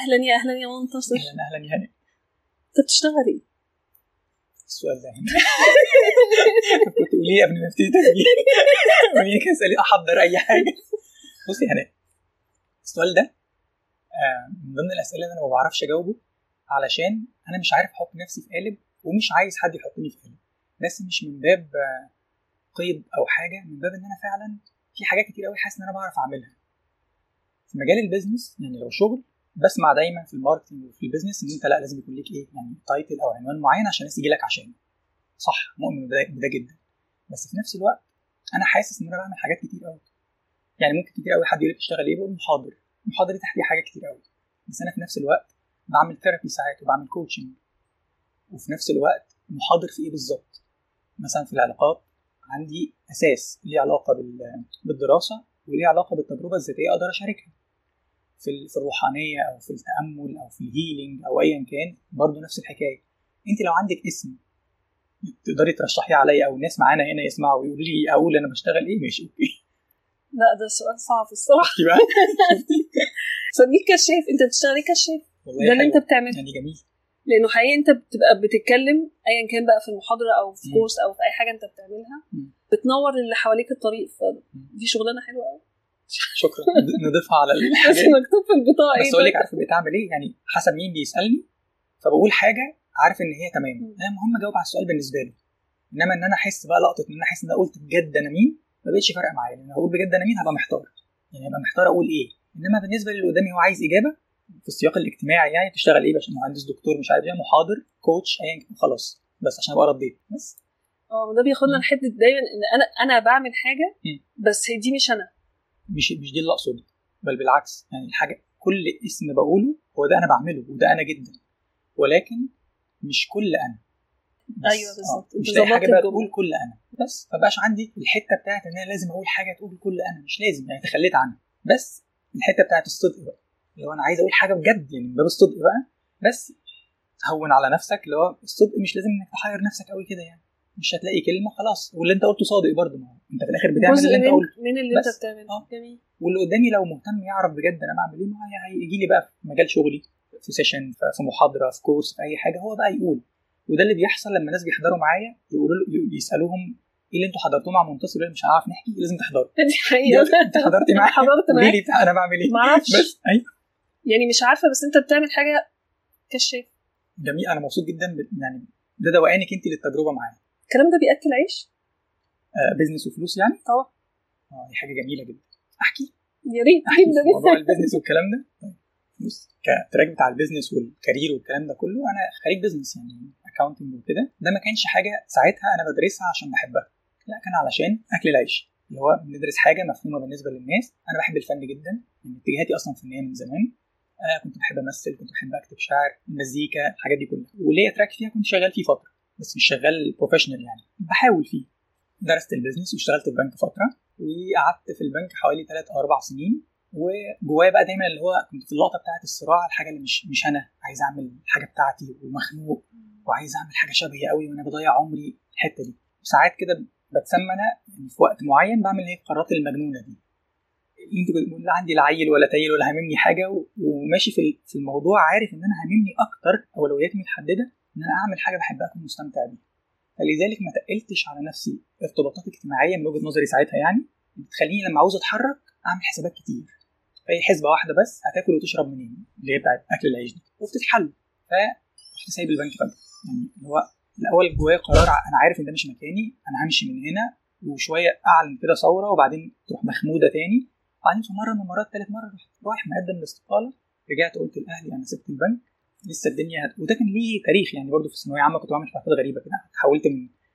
اهلا يا منتصر. اهلا يا هاني. انت بتشتغل ايه؟ السؤال ده هنا كنت تقولي قبل ما ابتدي تسجيل، قولي كده اسالي احضر اي حاجه. بصي يا هاني، السؤال ده من ضمن الاسئله اللي انا ما بعرفش اجاوبه، علشان انا مش عارف احط نفسي في قالب ومش عايز حد يحطني في قالب، بس مش من باب قيد او حاجه، من باب ان انا فعلا في حاجات كتير قوي حاسس ان انا بعرف اعملها في مجال البيزنس. يعني لو شغل بسمع دايما في الماركتنج وفي البيزنس ان انت لا لازم يكون لك ايه يعني تايتل او عنوان معين عشان الناس تيجي لك عشانه. صح، مؤمن بده جدا، بس في نفس الوقت انا حاسس ان انا بعمل حاجات كتير قوي. يعني ممكن كتير قوي حد يقول لي بتشتغل ايه، بقول محاضر دي تحتيه حاجات كتير قوي، بس انا في نفس الوقت بعمل ثيرابي ساعات وبعمل كوتشنج، وفي نفس الوقت محاضر في ايه بالظبط. مثلا في العلاقات عندي اساس ليه علاقه بالدراسه وليه علاقه بالتجربه الذاتيه اقدر اشاركها. في الروحانيه او في التامل او في الهيلينج او ايا كان برضو نفس الحكايه. انت لو عندك اسم تقدري ترشحيه عليا او الناس معانا هنا يسمعوا ويقولوا لي اقول انا بشتغل ايه، ماشي اوكي. لا ده سؤال صعب الصراحه. شفتي بقى سميك كشاف. انت بتشتغل ايه كشاف؟ ده اللي انت بتعمله يعني جميل، لانه حقيقي انت بتبقى بتتكلم ايا كان بقى في المحاضره او في كورس او في اي حاجه انت بتعملها، بتنور اللي حواليك الطريق. فدي شغلانه حلوه قوي. شكرا. نضيفها على الحاجات. بس مكتوب في البطاقه بس اقول لك عارفه بتعمل ايه، يعني حسب مين بيسالني فبقول حاجه عارف ان هي تمام، انا مهم اجاوب على السؤال بالنسبه لي. انما ان انا احس بقى لقطه ان انا احس ان انا قلت بجد انا مين، ما بقتش فارقه معايا. لان هقول بجد انا مين هبقى محتار، يعني هبقى محتار اقول ايه. انما بالنسبه للي قدامي هو عايز اجابه في السياق الاجتماعي، يعني تشتغل ايه، عشان مهندس دكتور مش عارف ايه محاضر كوتش ايا كان، خلاص بس عشان ابقى رديت بس. ده بياخدنا لحته دايما ان انا بعمل حاجه بس دي مش انا، مش دي اللي اقصده، بل بالعكس. يعني الحاجه كل اسم بقوله هو ده انا بعمله وده انا جدا، ولكن مش كل انا. ايوه بالظبط. مش لاقي حاجه بقى تقول كل انا، بس فبقاش عندي الحته بتاعت ان انا لازم اقول حاجه تقول كل انا، مش لازم، يعني تخليت عنها. بس الحته بتاعت الصدق بقى، لو انا عايز اقول حاجه بجد يعني من باب الصدق بقى، بس هون على نفسك. اللي هو الصدق مش لازم انك تحير نفسك قوي كده، يعني مش هتلاقي كلمه خلاص واللي انت قلته صادق برضه، ما انت في الاخر بتعمل اللي انت قلته من اللي انت بتعمله. جميل. واللي قدامي لو مهتم يعرف بجد انا بعمل ايه، ما هيجي لي بقى في مجال شغلي، في سيشن، في محاضره، في كورس، في اي حاجه، هو بقى يقول. وده اللي بيحصل لما الناس بيحضروا معايا يقولوا له، يسالوهم ايه اللي انتوا حضرتوه مع منتصر، مش هنعرف نحكي، لازم تحضروا. دي حقيقه. انت حضرتي معايا؟ حضرت معايا. ليه انا بعمل ايه؟ ما اعرفش. بس ايوه يعني مش عارفه، بس انت بتعمل حاجه كشاف. جميل، انا مبسوط جدا يعني ده دوقانك انت للتجربه معايا. الكلام ده بياكل عيش. بيزنس وفلوس يعني طبعا. دي حاجه جميله جدا. احكي يا ريت جدا موضوع البيزنس والكلام ده. بص، كتراك بتاع البيزنس والكارير والكلام ده كله، انا خريج بيزنس يعني اكاونتنج وكده. ده ما كانش حاجه ساعتها انا بدرسها عشان بحبها، لا كان علشان اكل العيش، اللي هو بندرس حاجه مفهومه بالنسبه للناس. انا بحب الفن جدا، يعني اتجاهاتي اصلا فنيه من زمان. كنت بحب امثل، كنت بحب اكتب شعر، المزيكا، الحاجات دي كلها، وليا تراك فيها كنت شغال فيه فتره، بس مش شغال بروفيشنال، يعني بحاول فيه. درست البيزنس واشتغلت في بنك فتره، وقعدت في البنك حوالي 3 أو 4 سنين. وجوايا بقى دايما اللي هو كنت في اللقطه بتاعت الصراع، الحاجه اللي مش انا عايز اعمل الحاجه بتاعتي ومخنوق وعايز اعمل حاجه شبهي قوي وانا بضيع عمري الحته دي. ساعات كده بتسمى انا يعني في وقت معين بعمل هي القرارات المجنونه دي، انت لا عندي لا عيل ولا تايل ولا هممني حاجه، وماشي في الموضوع عارف ان انا هممني اكتر، اولوياتي متحدده ان انا اعمل حاجه بحبها اكون مستمتع بيها. فلذلك ما تقلتش على نفسي ارتباطات اجتماعيه من وجهه نظري ساعتها، يعني بتخليني لما عاوز اتحرك اعمل حسابات كتير. فهي حسبه واحده بس، هتاكل وتشرب منين، اللي هي بتاعت اكل العيش دي، وبتتحل. فرحت سايب البنك فجاه، يعني هو الاول جوايا قرار انا عارف ان ده مش مكاني، انا همشي من هنا، وشويه اعلن كده ثوره وبعدين تروح مخموده تاني. بعدين في مره من المرات ثالث مره رحت رايح مقدم الاستقاله، رجعت قلت لاهلي انا سبت البنك، لسه الدنيا وده كان ليه تاريخ، يعني برضو في الثانويه عامه كنت بعمل حاجات غريبه كده، حولت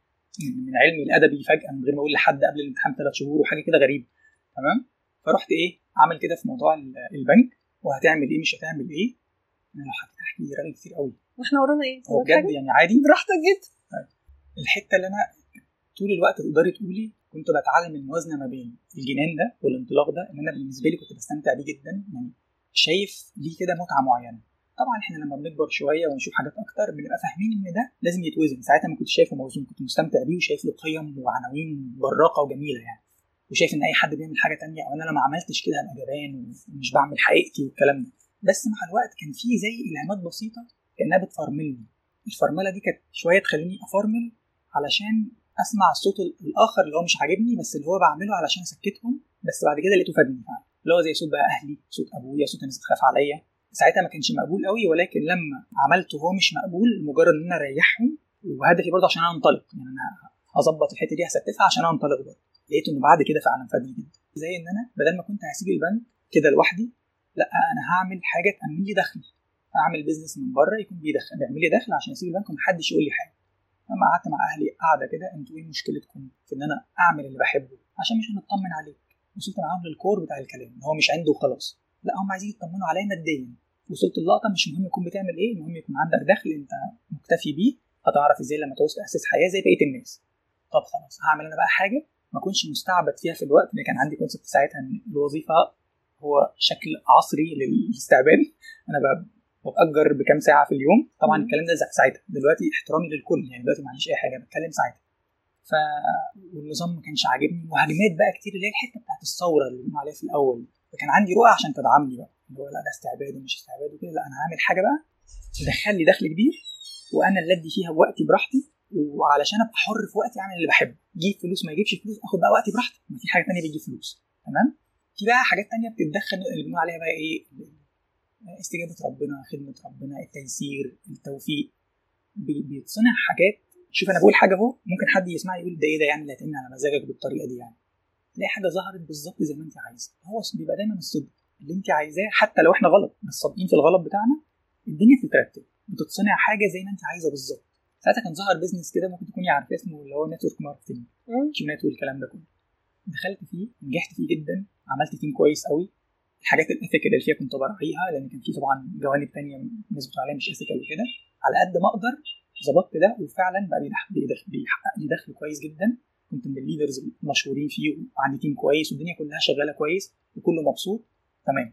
من علمي الادبي فجاه من غير ما اقول لحد قبل الامتحان 3 شهور وحاجه كده غريبه. تمام، فرحت عامل كده في موضوع البنك، وهتعمل ايه مش هتعمل ايه. انا لو حكيت احكي راجل كتير قوي، واحنا ورانا ايه هو بجد يعني عادي براحتك جدا. الحته اللي انا طول الوقت تقدري تقولي كنت بتعلم الموازنه ما بين الجنان ده والانطلاق ده، ان انا بالنسبه لي كنت بستمتع بيه جدا، يعني شايف ليه كده متعه معينه. طبعا احنا لما بنكبر شويه ونشوف حاجات اكتر بنبقى فاهمين ان ده لازم يتوزن. ساعتها ما كنتش شايفه موزون، كنت مستمتع بيه وشايف له قيم وعناوين براقه وجميله يعني، وشايف ان اي حد بيعمل حاجه تانية او انا لما عملتش كده ابقى جبان ومش بعمل حقيقتي والكلام ده. بس مع الوقت كان في زي الهامات بسيطه كانها بتفرملني. الفرمله دي كانت شويه تخليني افرمل علشان اسمع الصوت الاخر اللي هو مش عاجبني، بس اللي هو بعمله علشان اسكتهم. بس بعد كده لقيته فادني فعلا، اللي هو زي صوت بقى اهلي، صوت ابويا، صوت الناس بتخاف عليا. ساعتها ما كانش مقبول قوي، ولكن لما عملته هو مش مقبول، مجرد ان انا اريحهم، وهدفي برضه عشان انا انطلق، يعني انا هظبط الحته دي هستفها عشان انا انطلق برضه. لقيت انه بعد كده فعلا فادني جدا. زي ان انا بدل ما كنت هسيب البنك كده لوحدي، لا انا هعمل حاجه تامن لي دخل، اعمل بيزنس من بره يكون بيعمل لي دخل عشان اسيب البنك ومحدش يقول لي حاجه. لما قعدت مع اهلي قاعده كده، انتوا ايه مشكلتكم في ان انا اعمل اللي بحبه عشان مش هنطمن عليك؟ وصلت معاهم للكور بتاع الكلام، هو مش عنده وخلاص، لا هم عايزين يطمنوا عليا ماديا. وصلت اللقطه مش مهم يكون بتعمل ايه، المهم يكون عندك دخل انت مكتفي بيه، هتعرف ازاي لما توصل اساس حياه زي بقيه الناس. طب خلاص هعمل انا بقى حاجه ما اكونش مستعبد فيها في الوقت، اللي كان عندي كونسبت ساعتها ان الوظيفه هو شكل عصري للاستعباد. انا بتأجر بكام ساعه في اليوم. طبعا الكلام ده ساعتها، دلوقتي احترامي للكل، يعني دلوقتي ما عنديش اي حاجه، بتكلم ساعتها. والنظام ما كانش عاجبني، وهجمات بقى كتير اللي هي الحته بتاعت الثوره اللي قلنا عليها في الاول. فكان عندي رؤى عشان تدعمني بقى، اللي هو لا ده استعباد ومش استعباد وكده، لا انا هعمل حاجه بقى تدخل لي دخل كبير، وانا اللي ادي فيها وقتي براحتي، وعلشان ابقى حر في وقتي اعمل اللي بحبه. يجيب فلوس ما يجيبش فلوس اخد بقى وقتي براحتي، ما في حاجه ثانيه بتجيب فلوس. تمام. في بقى حاجات ثانيه بتتدخل اللي بنقول عليها بقى ايه، استجابه ربنا، خدمه ربنا، التيسير، التوفيق. بيتصنع حاجات. شوف انا بقول حاجه اهو، ممكن حد يسمع يقول ده ايه ده يعني اللي هتمنع على مزاجك بالطريقه دي؟ يعني تلاقي حاجه ظهرت بالظبط زي ما انت عايزه. هو بيبقى دايما الصدق اللي انت عايزاه، حتى لو احنا غلط بس صادقين في الغلط بتاعنا، الدنيا بتترتب، بتصنع حاجه زي ما انت عايزه بالظبط. ساعتها كان ظهر بيزنس كده ممكن تكوني عارفه اسمه، اللي هو نتورك ماركتنج، تيمات والكلام ده كله. دخلت فيه، نجحت فيه جدا، عملت تيم كويس قوي. الحاجات الاثيكال اللي فيها كنت براعيها، لان كان في طبعا جوانب ثانيه الناس بتقول عليها مش اثيكال وكده. على قد ما اقدر ظبطت ده، وفعلا بقى بيحقق لي دخل كويس جدا. كنت من الليدرز المشهورين فيه، وعندي تيم كويس، والدنيا كلها شغاله كويس وكله مبسوط. تمام.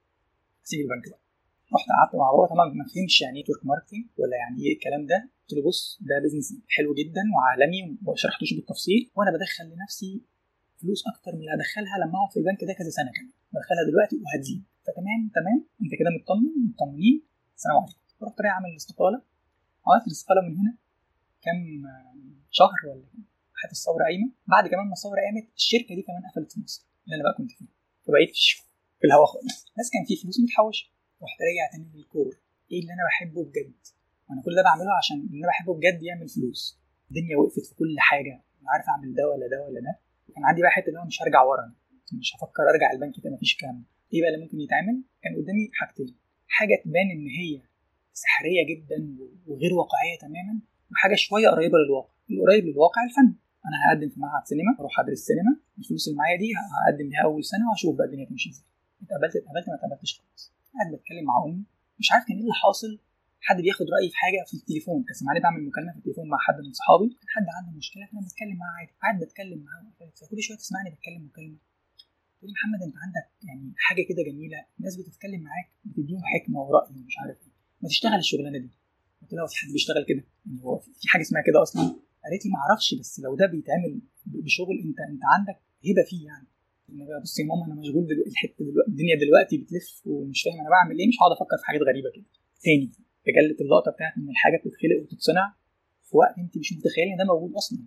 سيب البنك بقى. رحت قعدت مع بابا، طبعا ما فهمش يعني ايه تورك ماركتنج ولا يعني ايه الكلام ده. قلت له بص ده بيزنس حلو جدا وعالمي، وما شرحتوش بالتفصيل، وانا بدخل لنفسي فلوس اكتر من اللي هدخلها لما اقعد في البنك ده كذا سنه كمان، بدخلها دلوقتي وهتزيد. فتمام انت كده مطمنين. السلام عليكم. رحت رايح اعمل الاستقاله. عملت الاستقاله من هنا كام شهر ولا حتى الثوره قايمه. بعد كمان ما الثوره قامت، الشركه دي كمان قفلت في مصر اللي انا بقى كنت فيها، فبقيت في الهوا خالص. بس كان في فلوس متحوشه. رحت راجع تاني للكور، ايه اللي انا بحبه بجد، وانا كل ده بعمله عشان اللي انا بحبه بجد يعمل فلوس. الدنيا وقفت في كل حاجه، انا عارف اعمل ده ولا ده ولا ده. وكان عندي بقى حته اللي هو مش هرجع ورا، مش هفكر ارجع البنك ده، مفيش كلام. ايه بقى اللي ممكن يتعمل؟ كان قدامي حاجتين، حاجه تبان ان هي سحريه جدا وغير واقعيه تماما، وحاجه شويه قريبه للواقع. القريب للواقع الفن. انا هقدم في معهد سينما، اروح ادرس سينما، الفلوس اللي معايا دي هقدم بيها اول سنه واشوف بقى الدنيا تمشي ازاي. اتقبلت ما اتقبلتش خلاص. قاعد بتكلم مع امي، مش عارف كان ايه اللي حاصل، حد بياخد رايي في حاجه في التليفون. كان سامعني بعمل مكالمه في التليفون مع حد من صحابي، كان حد عنده مشكله، فانا بتكلم معاه عادي، قاعد بتكلم معاه، فكل شويه تسمعني بتكلم مكالمه، تقول لي محمد انت عندك يعني حاجه كده جميله، الناس بتتكلم معاك بتديهم حكمه وراي ومش عارف ايه، ما تشتغل الشغلانه دي. قلت لها هو في حد بيشتغل كده؟ يعني هو في حاجه اسمها كده اصلا؟ قالت لي ما اعرفش، بس لو ده بيتعمل بشغل انت عندك هبه فيه يعني. بصي يا ماما انا مشغول الحته دلوقتي، الدنيا دلوقتي بتلف ومش فاهم انا بعمل ايه، مش هقعد افكر في حاجات غريبه كده. تاني تجلت اللقطه بتاعت ان الحاجه بتتخلق وتتصنع في وقت انت مش متخيل ان ده موجود اصلا.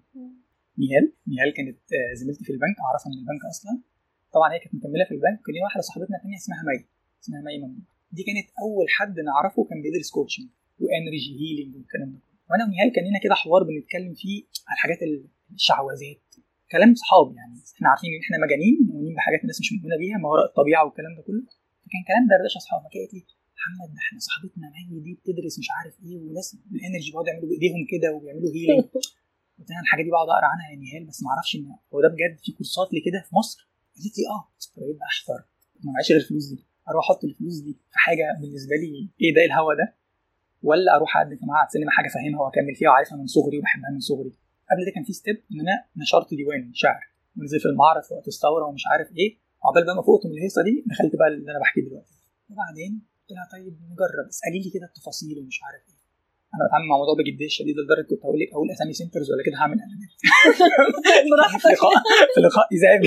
نيهال كانت زميلتي في البنك، اعرفها من البنك اصلا. طبعا هي كانت مكمله في البنك. كان لينا واحده صاحبتنا ثانيه اسمها مي ممدوح. دي كانت اول حد نعرفه كان بيدرس كوتشنج وانرجي هيلينج والكلام ده. وانا ونيهال كان لنا كده حوار بنتكلم فيه على الحاجات الشعوذات، كلام صحاب يعني. احنا عارفين ان احنا مجانين مؤمنين بحاجات الناس مش مؤمنه بيها، ما وراء الطبيعه والكلام ده كله. فكان كلام دردشه اصحاب. فقالت لي محمد ده احنا صاحبتنا مي دي بتدرس مش عارف ايه، وناس بالانرجي بيقعدوا يعملوا بايديهم كده وبيعملوا هيلينج. قلت لها الحاجه دي بقعد اقرا عنها يا نيهال، بس ما اعرفش ان هو ده بجد في كورسات لكده في مصر. قالت لي اه. فبقيت بقى احتار، ما معيش غير الفلوس دي، اروح احط الفلوس دي في حاجه بالنسبه لي ايه ده الهوا ده، ولا اروح اقدم في معهد سينما حاجه فاهمها واكمل فيها وعارفها من صغري وبحبها من صغري. قبل ده كان في ستيب ان انا نشرت ديوان شعر ونزل في المعرض في وقت الثوره ومش عارف ايه. وعقبال بقى ما فوقت من الهيصه دي دخلت بقى اللي انا بحكيه دلوقتي. وبعدين قلت لها طيب نجرب، اسالي لي كده التفاصيل ومش عارف ايه. انا بتعامل مع الموضوع بجديه شديده لدرجه كنت اقول اسامي سنترز ولا كده هعمل اعلانات في لقاء اذاعي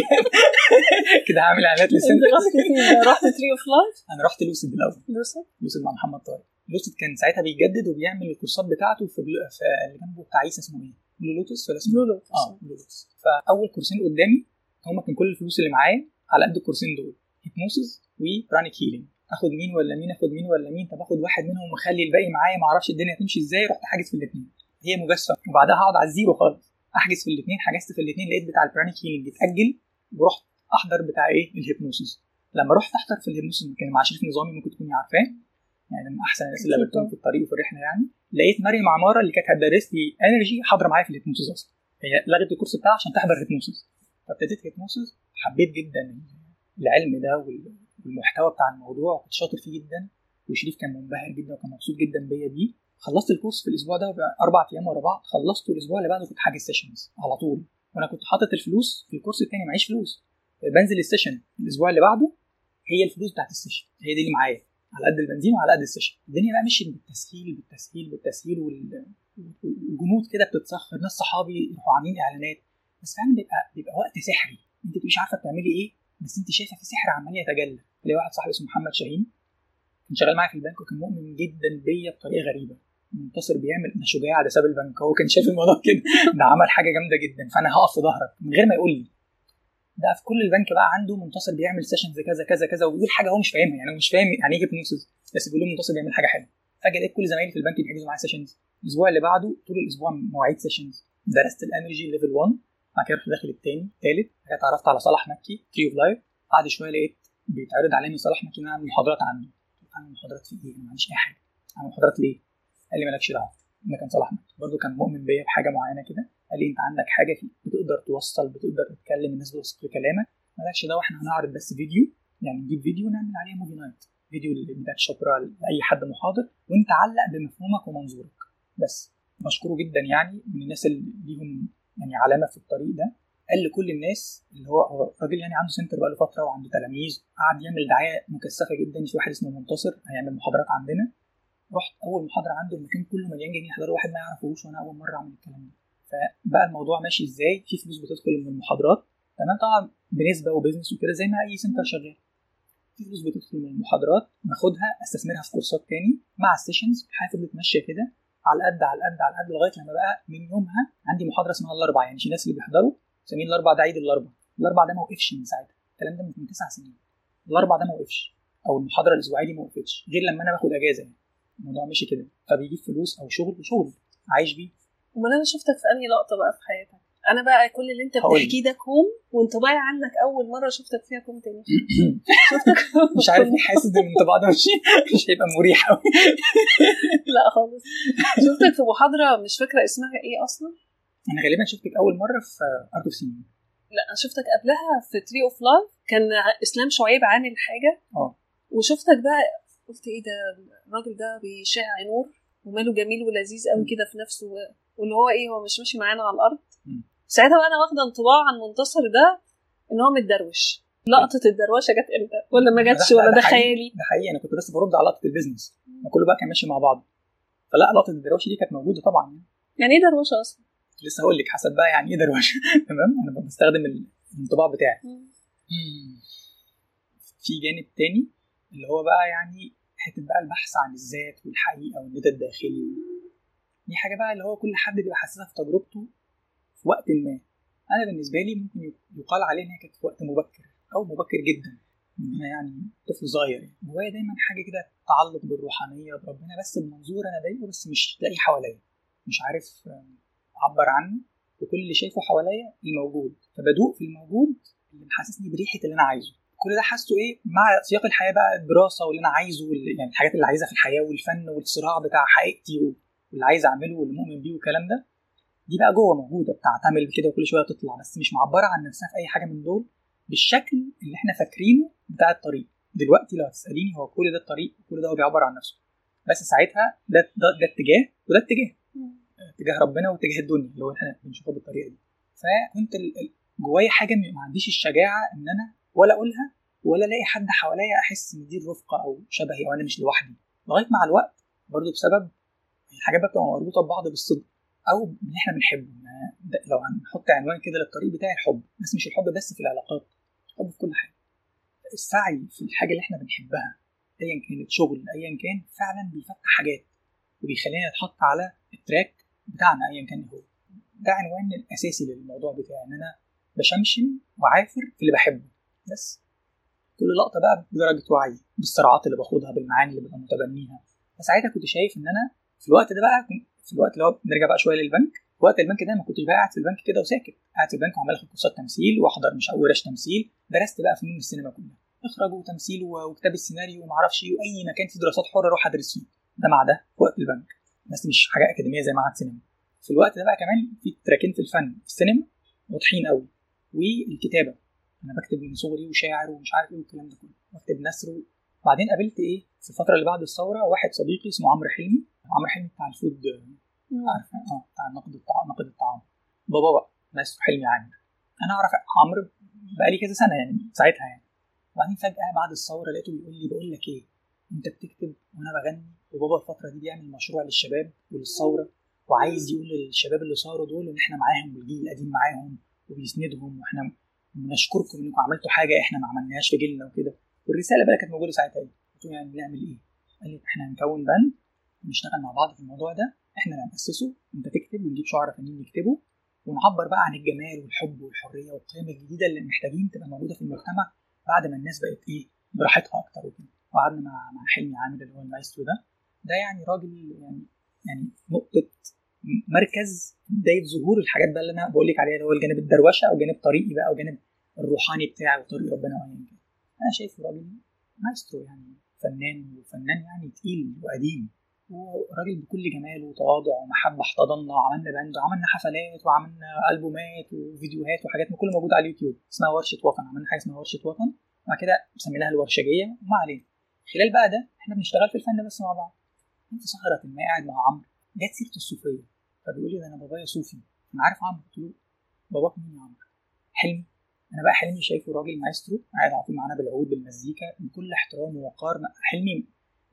كده هعمل اعلانات للسنترز. رحت تري اوف لايف؟ انا رحت لوسيد الاول. لوسيد مع محمد طارق. لوسيد كان ساعتها بيجدد وبيعمل الكورسات بتاعته في اللي جنبه بتاع عيسى اسمه ايه؟ بلو لوتس ولا اسمه بلو لوتس؟ بلو لوتس. فاول كورسين قدامي هما كان كل الفلوس اللي معايا على قد الكورسين دول، هيبنوسيس وبرانيك هيلينج. اخد مين ولا مين، اخد مين ولا مين، طب اخد واحد منهم ومخلي الباقي معايا ما اعرفش الدنيا هتمشي ازاي. رحت حاجز في الاثنين، هي مجازفه، وبعدها هقعد على الزيرو خالص. احجز في الاثنين، حجزت في الاثنين لقيت بتاع البرانيك هيلينج اتاجل، ورحت احضر بتاع ايه الهيبنوسيس. لما رحت احضر في الهيبنوسيس كان مع شريف نظامي، ممكن تكوني عارفاه، يعني من احسن الناس اللي قابلتهم في الطريق وفي الرحله يعني. لقيت مريم عماره اللي كانت هتدرس لي انرجي حاضره معايا في الهيبنوسيس اصلا، هي لغت الكورس بتاعها عشان تحضر هيبنوسيس. فابتديت هيبنوسيس، حبيت جدا العلم ده والمحتوى بتاع الموضوع، كنت شاطر فيه جدا، وشريف كان منبهر جدا وكان مبسوط جدا بيا بيه. خلصت الكورس في الاسبوع ده 4 ايام ورا بعض، خلصته الاسبوع اللي بعده كنت حاجز سيشنز على طول، وانا كنت حاطط الفلوس في الكورس الثاني، معيش فلوس، بنزل السيشن الاسبوع اللي بعده هي الفلوس بتاعت السيشن هي دي اللي معايا، على قد البنزين وعلى قد السيشن. الدنيا بقى مشيت بالتسهيل بالتسهيل بالتسهيل، والجنود كده بتتسخر، ناس صحابي يروحوا عاملين اعلانات، بس فعلا بيبقى وقت سحري، انت مش عارفه بتعملي ايه، بس انت شايفه في سحر عمال يتجلى. لي واحد صاحبي اسمه محمد شاهين كان شغال معايا في البنك، وكان مؤمن جدا بيا بطريقه غريبه. منتصر بيعمل انا شجاع ده ساب البنك، هو كان شايف الموضوع كده ده عمل حاجه جامده جدا، فانا هقف في ظهرك من غير ما يقول لي. ده في كل البنك بقى عنده منتصر بيعمل سيشنز كذا كذا كذا، وبيقول حاجه هو مش فاهمها، يعني هو مش فاهم يعني ايه هيبنوسيس، بس بيقول له منتصر بيعمل حاجه حلوه. فجاه لقيت كل زمايلي في البنك بيحجزوا معايا سيشنز. الاسبوع اللي بعده طول الاسبوع مواعيد سيشنز، درست الانرجي ليفل 1، بعد كده رحت داخل الثاني الثالث، اتعرفت على صلاح مكي تري اوف لايف. بعد شويه لقيت بيتعرض عليا صلاح مكي ان انا اعمل محاضرات عنده. اعمل محاضرات في ايه؟ انا ما عنديش اي حاجه، اعمل محاضرات ليه؟ قال لي مالكش دعوه. ده كان صلاح مكي برده كان مؤمن بيا بحاجه معينه كده، قال لي انت عندك حاجه فيك بتقدر توصل، بتقدر تتكلم، الناس بتوثق في كلامك، مالكش دعوه، احنا هنعرض بس فيديو، يعني نجيب فيديو ونعمل عليه موفي نايت، فيديو لباك شبرا لاي حد محاضر، وانت علق بمفهومك ومنظورك بس. مشكور جدا يعني، من الناس اللي ليهم يعني علامه في الطريق ده. قال لكل الناس اللي هو راجل يعني عنده سنتر بقى له فتره وعنده تلاميذ، قعد يعمل دعايه مكثفه جدا. في واحد اسمه منتصر هيعمل محاضرات عندنا، رحت اول محاضره عنده المكان كله مليان جايين يحضروا، واحد ما يعرفوش وانا اول مره اعمل الكلام ده. فبقى الموضوع ماشي ازاي؟ في فلوس بتدخل من المحاضرات، تمام، طبعا بنسبه وبزنس وكده زي ما اي سنتر شغال. في فلوس بتدخل من المحاضرات باخدها استثمرها في كورسات تاني مع السيشنز، الحياه فضلت ماشيه كده على قد على قد على قد لغايه لما بقى من يومها عندي محاضره اسمها الاربع. يعني في ناس اللي بيحضروا مسمين الاربع ده عيد الاربع. الاربع ده ما وقفش من ساعتها، الكلام ده من 9 سنين. الاربع ده ما وقفش، او المحاضره الاسبوعيه دي ما وقفتش غير لما انا باخد اجازه. يعني الموضوع ماشي كده، فبيجيب فلوس او شغل عايش بيه. امال انا شفتك في انهي لقطه بقى في حياتك؟ انا بقى كل اللي انت بتحكيه ده كوم، وانطباعي عنك اول مره شفتك فيها كوم تاني. شفتك مش عارف ليه حاسس ان الانطباع ده مش هيبقى مريح قوي. لا خالص. شفتك في محاضره مش فاكره اسمها ايه اصلا. انا غالبا شفتك اول مره في ارت اوف سين. لا انا شفتك قبلها في تري اوف لايف، كان اسلام شعيب عامل حاجه. وشفتك بقى قلت ايه ده، الراجل ده بيشع نور وماله جميل ولذيذ قوي كده في نفسه، واللي هو ايه، هو مش ماشي معانا على الارض. ساعتها بقى انا واخده انطباع عن منتصر ده ان هو متدروش. لقطه الدروشه جت امتى ولا ما جاتش ولا ده خيالي؟ ده حقيقي، انا كنت بس برد على لقطه البيزنس وكله بقى كان ماشي مع بعض، فلا لقطه الدروشه دي كانت موجوده طبعا. يعني ايه دروشه اصلا؟ لسه هقول لك حسب بقى يعني ايه دروشه. تمام، انا بستخدم الانطباع بتاعي. في جانب تاني اللي هو بقى يعني حته بقى البحث عن الذات والحقيقه والندى الداخلي. دي حاجه بقى اللي هو كل حد بيبقى حاسسها في تجربته في وقت ما. انا بالنسبه لي ممكن يقال عليه ان هي كانت في وقت مبكر او مبكر جدا، انا يعني طفل صغير، يعني جوايا دايما حاجه كده تعلق بالروحانيه بربنا، بس بمنظور انا ضايقه، بس مش لاقي حواليا، مش عارف اعبر عنه، وكل اللي شايفه حواليا الموجود، فبدوق في الموجود اللي محسسني بريحه اللي انا عايزه. كل ده حاسه ايه مع سياق الحياه بقى، الدراسه واللي انا عايزه، يعني الحاجات اللي عايزها في الحياه، والفن والصراع بتاع حقيقتي واللي عايز اعمله واللي مؤمن بيه والكلام ده. دي بقى جوه موجوده، بتعتمل كده وكل شويه تطلع، بس مش معبره عن نفسها في اي حاجه من دول بالشكل اللي احنا فاكرينه بتاع الطريق. دلوقتي لو هتساليني هو كل ده الطريق وكل ده هو بيعبر عن نفسه، بس ساعتها ده اتجاه وده اتجاه ربنا واتجاه الدنيا اللي هو احنا بنشوفه بالطريقه دي. فكنت جوايا حاجه ما عنديش الشجاعه ان انا ولا اقولها ولا الاقي حد حواليا احس ان دي الرفقه او شبهي او انا مش لوحدي. لغايه مع الوقت برضو بسبب الحاجات بقى بتبقى مربوطه ببعض بالصدق او اللي احنا بنحبه. لو هنحط عنوان كده للطريق بتاعي، الحب، بس مش الحب بس في العلاقات، الحب في كل حاجه. السعي في الحاجه اللي احنا بنحبها ايا كانت شغل ايا كان فعلا بيفتح حاجات وبيخلينا نتحط على التراك بتاعنا ايا كان هو. ده عنوان الاساسي للموضوع بتاعي، ان انا بشمشم وعافر في اللي بحبه. بس كل لقطه بقى بدرجه وعي، بالصراعات اللي باخدها، بالمعاني اللي ببقى متبنيها. فساعتها كنت شايف ان انا في الوقت ده بقى، في الوقت اللي هو نرجع بقى شويه للبنك، في وقت البنك ده ما كنتش بقى قاعد في البنك كده وساكت، قاعد في البنك وعمال اخد كورسات تمثيل واحضر مش ورش تمثيل. درست بقى فنون السينما كلها، اخراج وتمثيل وكتاب السيناريو وما اعرفش ايه، واي مكان فيه دراسات حره اروح ادرس فيه. ده مع ده في وقت البنك، بس مش حاجه اكاديميه زي معهد سينما. في الوقت ده بقى كمان في تراكين في الفن، السينما واضحين قوي، والكتابه. انا بكتب من صغري وشاعر ومش عارف ايه والكلام ده كله، بكتب نثر. بعدين قابلت ايه في الفتره اللي بعد الثوره واحد صديقي اسمه عمرو حلمي. عمرو حلمي بتاع الفود، عارفه؟ بتاع نقد الطعام. بابا بقى مايسترو حلمي عامر. انا اعرف عمرو بقالي كذا سنه يعني ساعتها يعني. وبعدين فجاه بعد الثوره لقيته بيقول لي بقول لك ايه، انت بتكتب وانا بغني، وبابا الفتره دي بيعمل مشروع للشباب وللثوره، وعايز يقول للشباب اللي صاروا دول ان احنا معاهم والجيل القديم معاهم وبيسندهم، واحنا بنشكركم انكم عملتوا حاجه احنا ما عملناهاش في جيلنا وكده. والرساله بقى كانت موجوده ساعتها ايه؟ قلت له يعني نعمل ايه؟ قال لي احنا هنكون بند ونشتغل مع بعض في الموضوع ده، احنا اللي هنأسسه، انت تكتب ونجيب شعراء فنيين يكتبوا، ونعبر بقى عن الجمال والحب والحريه والقيم الجديده اللي محتاجين تبقى موجوده في المجتمع بعد ما الناس بقت ايه براحتها اكتر وكده. وقعدنا مع حلمي عامر اللي هو المايسترو ده يعني راجل يعني نقطه مركز بدايه ظهور الحاجات بقى اللي انا بقول لك عليها، اللي هو الجانب الدروشه او جانب طريقي بقى او جانب الروحاني بتاعي وطريق ربنا وايا كان. انا شايفه راجل مايسترو يعني، فنان يعني تقيل وقديم، وراجل بكل جمال وتواضع ومحبه. احتضننا وعملنا باند وعملنا حفلات وعملنا البومات وفيديوهات وحاجات كله موجوده على اليوتيوب، اسمها ورشه وطن. عملنا حاجه اسمها ورشه وطن، وبعد كده سميناها الورشجيه. وما علينا، خلال بقى ده احنا بنشتغل في الفن بس مع بعض. في سهره ما قاعد مع عمرو، جت سيره الصوفيه، فبيقول لي ده انا بابايا صوفي. انا عارف عمرو. قلت له باباك مين يا عمرو؟ حلمي. انا بقى حلمي شايفه راجل مايسترو قاعد على طول معانا بالعود بالمزيكا بكل احترام ووقار. حلمي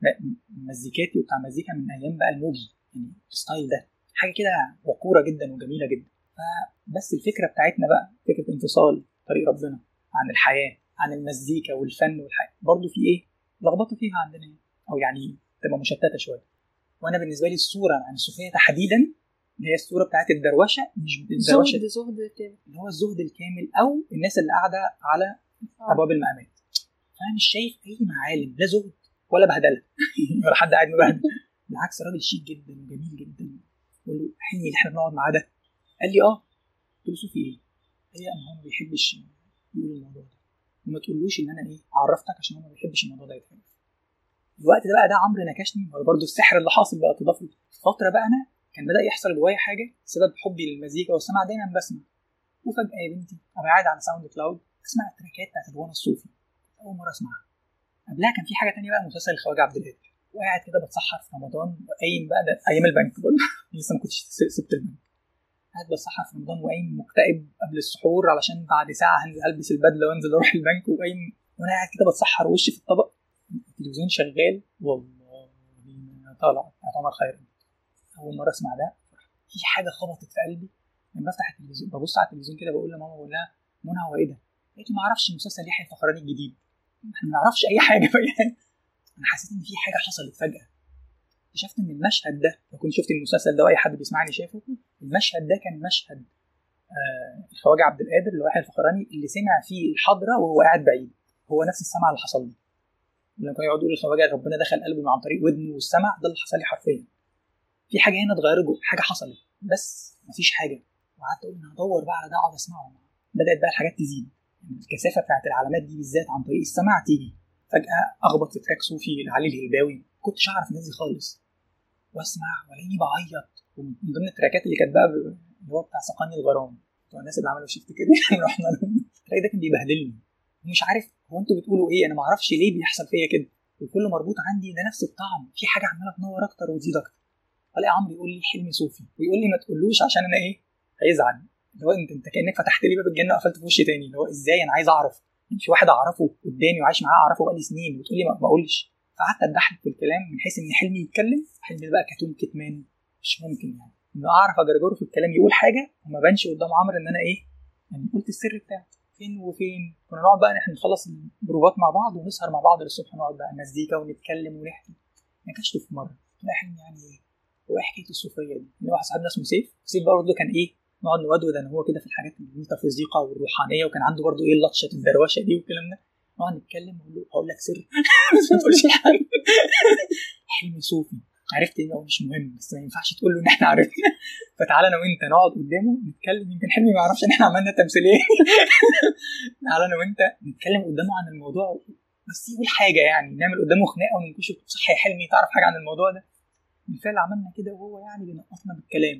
مزيكاتي وبتاع مزيكا من ايام بقى الموجي، يعني الستايل ده حاجه كده وقوره جدا وجميله جدا. فبس الفكره بتاعتنا بقى فكره انفصال طريق ربنا عن الحياه، عن المزيكا والفن والحياه، برضو في ايه لخبطه فيها عندنا، او يعني تبقى مشتته شويه. وانا بالنسبه لي الصوره عن الصوفيه تحديدا اللي هي الصوره بتاعت الدروشه، مش الدروشه زهد كامل، اللي هو الزهد الكامل او الناس اللي قاعده على ابواب المقامات. فانا مش شايف اي معالم، لا زهد ولا بهدله ولا حد قاعد مبهدل. بالعكس راجل شيك جدا وجميل جدا. بقول له حلمي اللي احنا بنقعد معاه ده، قال لي اه. قلت له صوفي ايه؟ قال لي هو ما بيحبش يقول الموضوع ده، وما تقولوش ان انا ايه عرفتك، عشان هو ما بيحبش الموضوع ده يتعرف. الوقت ده بقى ده عمرو نكشني، هو برضه السحر اللي حاصل بقى تضاف له فتره بقى. انا كان بدا يحصل جوايا حاجه بسبب حبي للمزيكا والسمع، دايما بسمع. وفجاه يا بنتي ابقى قاعد على ساوند كلاود اسمع التراكات بتاعت الغنى الصوفي، اول مره اسمعها. قبلها كان في حاجه تانية بقى، مسلسل الخواجه عبد القادر، وقاعد كده بتسحر في رمضان وقايم بقى، ده ايام البنك برضه لسه ما كنتش سبت البنك. قاعد بتسحر في رمضان وقايم مكتئب قبل السحور علشان بعد ساعه هنزل البس البدله وانزل اروح البنك، وقايم وانا قاعد كده بتسحر وشي في الطبق، التلفزيون شغال، والله ما طالع بتاعت عمر خيرت. اول مره اسمع ده، في حاجه خبطت في قلبي. لما بفتح التلفزيون ببص على التلفزيون كده بقول لماما، بقول لها منى هو ايه ده؟ قالت لي ما اعرفش مسلسل يحيى الفخراني الجديد، احنا ما نعرفش اي حاجه يعني. انا حسيت ان في حاجه حصلت فجاه. اكتشفت ان المشهد ده، لو كنت شفت المسلسل ده واي حد بيسمعني شافه، المشهد ده كان مشهد الخواجه عبد القادر اللي هو يحيى الفخراني اللي سمع فيه الحضره وهو قاعد بعيد. هو نفس السمع اللي حصل لي لما كان يقعد يقول الخواجه ربنا دخل قلبه عن طريق ودنه والسمع، ده اللي حصل لي حرفيا. في حاجه هنا اتغيرت جوه، حاجه حصلت بس مفيش حاجه. وقعدت اقول انا هدور بقى على ده اقعد اسمعه. بدات بقى الحاجات تزيد، الكثافه بتاعت العلامات دي بالذات عن طريق السمع تيجي. فجاه اخبط في تراك صوفي لعلي الهلباوي، كنتش اعرف الناس دي خالص، واسمع والاقيني بعيط. ومن ضمن التراكات اللي كانت بقى اللي هو بتاع سقاني الغرام، بتوع الناس اللي عملوا شيفت كده رحنا لهم. التراك ده كان بيبهدلني، ومش عارف هو انتوا بتقولوا ايه، انا ما اعرفش ليه بيحصل فيا كده، وكل مربوط عندي ده نفس الطعم، في حاجه عماله تنور اكتر وتزيد اكتر. الاقي عمرو يقول لي حلمي صوفي، ويقول لي ما تقولوش عشان انا ايه هيزعل. اللي هو انت كانك فتحت لي باب الجنه وقفلت في وشي تاني. اللي هو ازاي انا عايز اعرف، في واحد اعرفه قدامي وعايش معاه اعرفه بقالي سنين وتقول لي ما اقولش. فقعدت اتدحلق في الكلام من حيث ان حلمي يتكلم. حلمي بقى كتوم كتمان مش ممكن يعني انه اعرف اجرجره في الكلام يقول حاجه وما بانش قدام عمرو ان انا ايه يعني قلت السر بتاعه. فين وفين كنا نقعد بقى احنا نخلص البروفات مع بعض ونسهر مع بعض للصبح، نقعد بقى مزيكا ونتكلم ونحكي. نكشته في مره لا حلم يعني ايه هو ايه حكايه الصوفيه دي. ان واحد صاحبنا اسمه سيف برضه كان ايه نقعد نودود انا هو كده في الحاجات الميتافيزيقا والروحانيه، وكان عنده برضه ايه اللطشه الدروشه دي والكلام ده. نقعد نتكلم واقول له هقول لك سر بس ما تقولش لحد حلم صوفي عرفت ان هو مش مهم بس ما ينفعش تقول له ان احنا عرفنا. فتعالى انا وانت نقعد قدامه نتكلم، يمكن حلمي ما يعرفش ان احنا عملنا تمثيليه. تعالى انا وانت نتكلم قدامه عن الموضوع بس يقول حاجه يعني نعمل قدامه خناقه وننكشه صح يا حلمي تعرف حاجه عن الموضوع ده. بالفعل عملنا كده وهو يعني بينقطنا بالكلام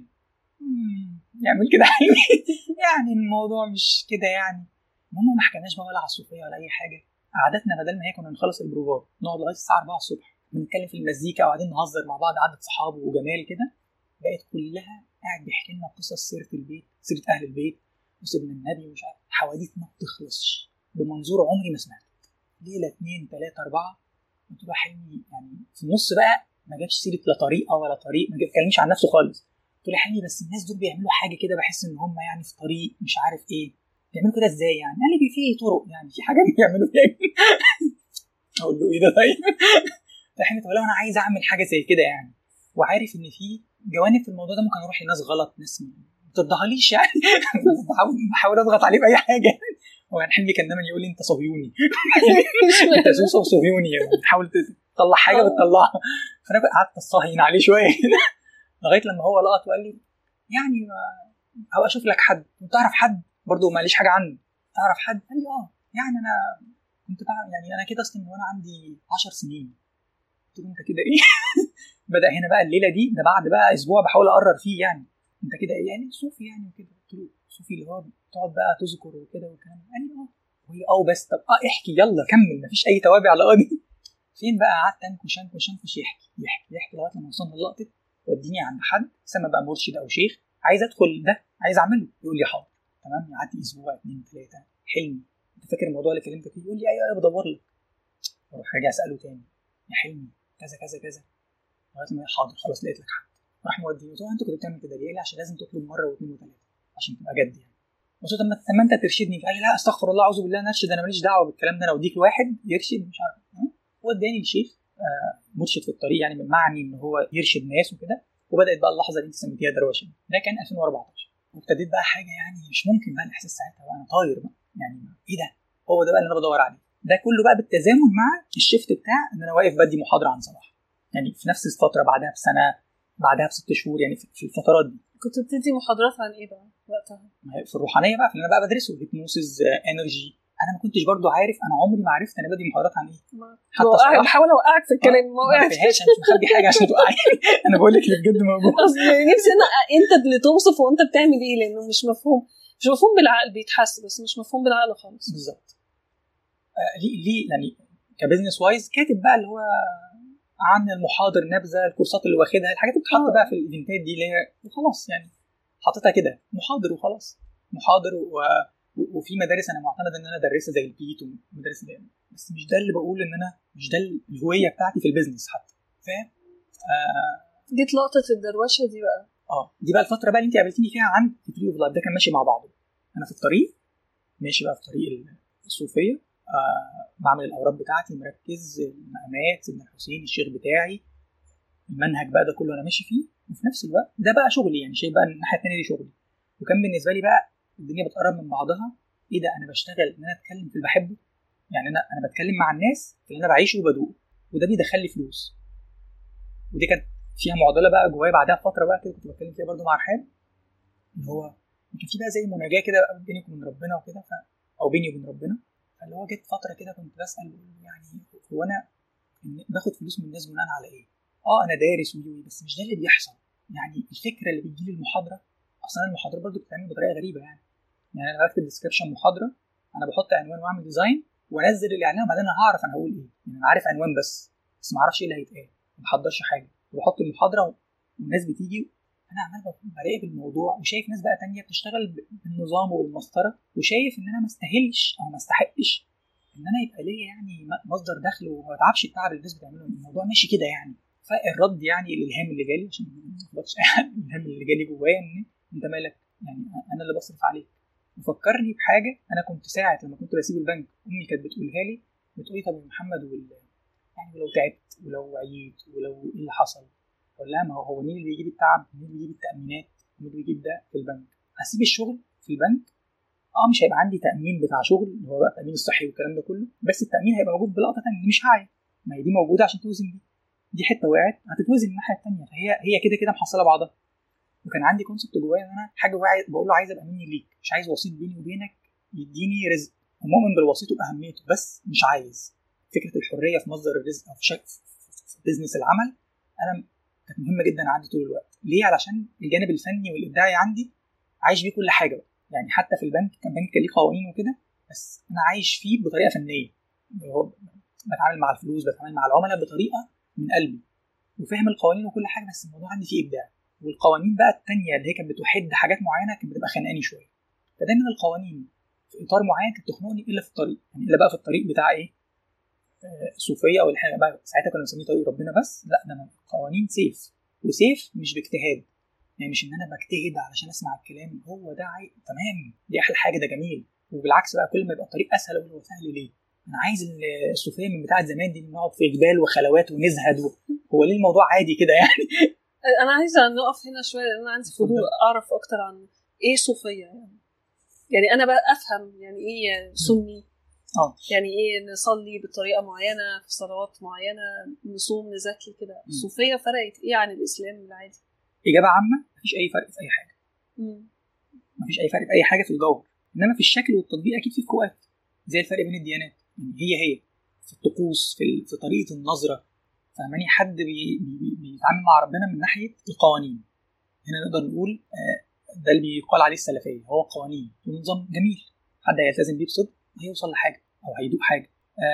يعمل كده حلمي يعني الموضوع مش كده يعني. المهم ما حكيناش بقى ولا على الصوفيه ولا اي حاجه. قعدتنا بدل ما هي كنا نخلص البروفات نقعد لغايه الساعه 4 الصبح بنتكلم في المزيكا وقاعدين نهزر مع بعض عدد صحاب وجمال كده. بقت كلها قاعد بيحكي لنا قصص سيره البيت سيره اهل البيت وسيدنا النبي ومش عارف حواديت ما بتخلصش بمنظور عمري ما سمعته. ليله 2 3 4 قلت له حلمي يعني في النص بقى ما جابش سيره لا طريقه ولا طريق ما بيتكلمش عن نفسه خالص. قلت له حلمي بس الناس دول بيعملوا حاجه كده بحس ان هم يعني في طريق مش عارف ايه بيعملوا كده ازاي يعني. قال لي في طرق يعني في حاجات بيعملوا فيها. اقول له ايه ده طيب. فحلمي طب لو انا عايز اعمل حاجه زي كده يعني وعارف ان في جوانب في الموضوع ده ممكن اروح لناس غلط ناس ما تضحليش يعني. بحاول اضغط عليه باي حاجه. هو يعني حلمي كان دايما يقول لي انت صهيوني انت سوسه وصهيوني يعني بتحاول تطلع حاجه بتطلعها. فانا قعدت اصهين عليه شويه لغايه لما هو لقط وقال لي يعني هبقى اشوف لك حد. تعرف حد برضه ما ليش حاجه عنه تعرف حد؟ قال لي يعني انا كنت يعني انا كده اصلا وانا عندي 10 سنين. قلت له انت كده ايه؟ بدا هنا بقى الليله دي ده بعد بقى اسبوع بحاول اقرر فيه يعني انت كده ايه يعني صوفي يعني وكده. قلت له صوفي اللي هو تقعد بقى تذكر وكده والكلام. قال لي وهي بس طب احكي يلا كمل مفيش اي توابع على قاضي. فين بقى قعدت انكش يحكي لغايه لما وصلنا للقطه وديني عند حد سما بقى مرشد او شيخ عايز ادخل ده عايز اعمله. يقول لي حاضر تمام. يعدي اسبوع 2 3 حلمي انت فاكر الموضوع اللي كلمتك فيه؟ يقول لي ايوه بدور لك. اروح راجع اساله تاني يا حلمي كذا كذا كذا لغايه ما حاضر خلاص لقيت لك حد. راح موديني. قلت له انت كنت بتعمل كده ليه؟ عشان لازم تطلب مره واثنين وثلاثه عشان تبقى جد يعني. قلت له طب ما انت ترشدني. قال لي لا استغفر الله اعوذ بالله نرشد انا ماليش دعوه بالكلام ده انا اوديك لواحد يرشد مش عارف. وداني لشيخ مرشد في الطريق يعني معني ان هو يرشد ناس وكده. وبدات بقى اللحظه اللي انت سميتيها دروشه ده كان 2014. وابتديت بقى حاجه يعني مش ممكن بقى الاحساس ساعتها بقى انا طاير بقى يعني ايه ده هو ده بقى اللي انا بدور عليه. ده كله بقى بالتزامن مع الشيفت بتاع ان انا واقف بدي محاضره عن صلاح يعني في نفس الفتره بعدها بسنه بعدها ب6 شهور يعني في الفترات دي. كنت بتدي محاضرات عن ايه بقى وقتها؟ في الروحانيه بقى في اللي انا بقى بدرسه هيبنوسيس انرجي. انا ما كنتش برضو عارف انا عمري ما عرفت انا بدي محاضرات عن ايه. حتى بحاول اوقعك في الكلام ما وقعتش انا مش مخبي حاجه عشان توقعي. انا بقول لك اللي بجد موجود. اصل نفسي انا انت اللي توصف وانت بتعمل ايه لانه مش مفهوم بالعقل بيتحس بس مش مفهوم بالعقل خالص. بالظبط. ليه يعني كبزنس وايز كاتب بقى اللي هو عن المحاضر نبذه الكورسات اللي واخدها الحاجات اللي بتتحط بقى في الايفنتات دي اللي هي وخلاص يعني حاططها كده محاضر وخلاص محاضر وفي مدارس انا معتمد ان انا ادرسها زي البيت ومدارس دي. بس مش ده اللي بقول ان انا مش ده الهويه بتاعتي في البيزنس حتى فاهم. جيت لقطه الدروشه دي بقى دي بقى الفتره بقى اللي انت قابلتيني فيها عن تري اوف لايف ده كان ماشي مع بعضه. انا في الطريق ماشي بقى في طريق الصوفيه بعمل الاوراق بتاعتي مركز المقامات سيدنا الحسين الشيخ بتاعي المنهج بقى ده كله انا ماشي فيه. وفي نفس الوقت ده بقى شغلي يعني شايف بقى الناحيه الثانيه دي شغلي. وكان بالنسبه لي بقى الدنيا بتقرب من بعضها. ايه ده انا بشتغل ان انا اتكلم في اللي بحبه يعني انا بتكلم مع الناس في اللي انا بعيشه وبدوقه وده بيدخل لي فلوس. ودي كانت فيها معضله بقى جوايا بعدها فتره بقى كده كنت بتكلم فيها برده مع رحاب اللي هو كان في بقى زي مناجاه كده بيني وبين ربنا وكده او بيني وبين ربنا. فاللي هو جت فتره كده كنت بسال يعني هو انا باخد فلوس من الناس بناء على ايه؟ انا دارس بس مش ده اللي بيحصل. يعني الفكره اللي بتجي لي المحاضره اصلا المحاضره برضو بتتعمل بطريقه غريبه يعني انا بكتب ديسكربشن محاضره انا بحط عنوان واعمل ديزاين وانزل الاعلان وبعدين انا هعرف انا هقول ايه يعني انا عارف عنوان بس ما اعرفش ايه اللي هيتقال ما بحضرش حاجه وبحط المحاضره والناس بتيجي انا عمال براقب الموضوع وشايف ناس بقى تانية بتشتغل بالنظام والمسطره وشايف ان انا ما استاهلش او ما استحقش ان انا يبقى ليا يعني مصدر دخل وما اتعبش التعب اللي الناس بتعمله الموضوع ماشي كده يعني فالرد يعني الالهام اللي جالي، عشان ما اخبطش الالهام اللي جالي جوايا ان انت مالك، يعني انا اللي بصرف عليك. وفكرني بحاجه انا كنت ساعه لما كنت بسيب البنك امي كانت بتقولها لي، بتقولي طب يا محمد يعني ولو تعبت ولو عييت ولو ايه اللي حصل، اقول لها ما هو مين اللي بيجيب التعب؟ مين اللي بيجيب التامينات؟ مين اللي بيجيب ده في البنك؟ هسيب الشغل في البنك، مش هيبقى عندي تامين بتاع شغل اللي هو بقى التامين الصحي والكلام ده كله، بس التامين هيبقى موجود بلقطه ثانيه مش هعي، ما هي دي موجوده عشان توزن دي حته وقعت هتتوزن الناحيه الثانيه، فهي كده كده محصله بعضها. وكان عندي كونسبت جوايا ان انا حاجه بقول له عايز ابقى مني ليك، مش عايز وسيط بيني وبينك يديني رزق، ومؤمن بالوسيط وباهميته، بس مش عايز فكره الحريه في مصدر الرزق او في بزنس العمل. انا كانت مهمه جدا عندي طول الوقت. ليه؟ علشان الجانب الفني والابداعي عندي عايش بيه كل حاجه بقى. يعني حتى في البنك كان بنك ليه قوانين وكده، بس انا عايش فيه بطريقه فنيه، هو بتعامل مع الفلوس، بتعامل مع العملاء بطريقه من قلبي وفهم القوانين وكل حاجه، بس الموضوع عندي فيه ابداع. والقوانين بقى التانية اللي هي كانت بتحد حاجات معينه كانت بتبقى خانقاني شويه، فدايما القوانين في اطار معين كانت تخنقني الا في الطريق، يعني الا بقى في الطريق بتاع ايه، الصوفيه او الحاجه بقى ساعتها كنا بنسميه طريق ربنا، بس لا ده انا قوانين سيف، وسيف مش باجتهاد، يعني مش ان انا بجتهد علشان اسمع الكلام هو ده تمام دي احلى حاجه ده جميل، وبالعكس بقى كل ما يبقى الطريق اسهل اقول هو سهل ليه؟ انا عايز الصوفيه من بتاعه زمان دي نقعد في جبال وخلوات ونزهد هو ليه الموضوع عادي كده يعني؟ انا عايزه نقف هنا شويه لان انا عندي فضول اعرف اكتر عن ايه صوفيه. يعني انا بقى افهم يعني ايه سني، يعني ايه نصلي بطريقه معينه في صلوات معينه، نصوم نزكي كده. الصوفيه فرقت ايه عن الاسلام العادي؟ اجابه عامه مفيش اي فرق في اي حاجه. مفيش اي فرق في اي حاجه في الجوهر، انما في الشكل والتطبيق اكيد في فروقات، زي الفرق بين الديانات، يعني هي في الطقوس، في طريقه النظره، فاهماني؟ حد بيتعامل مع ربنا من ناحيه القوانين، هنا نقدر نقول ده اللي بيقال عليه السلفيه، هو قوانين ونظام جميل، حد هيلتزم بيه بصدق هيوصل لحاجه او هيدوق حاجه.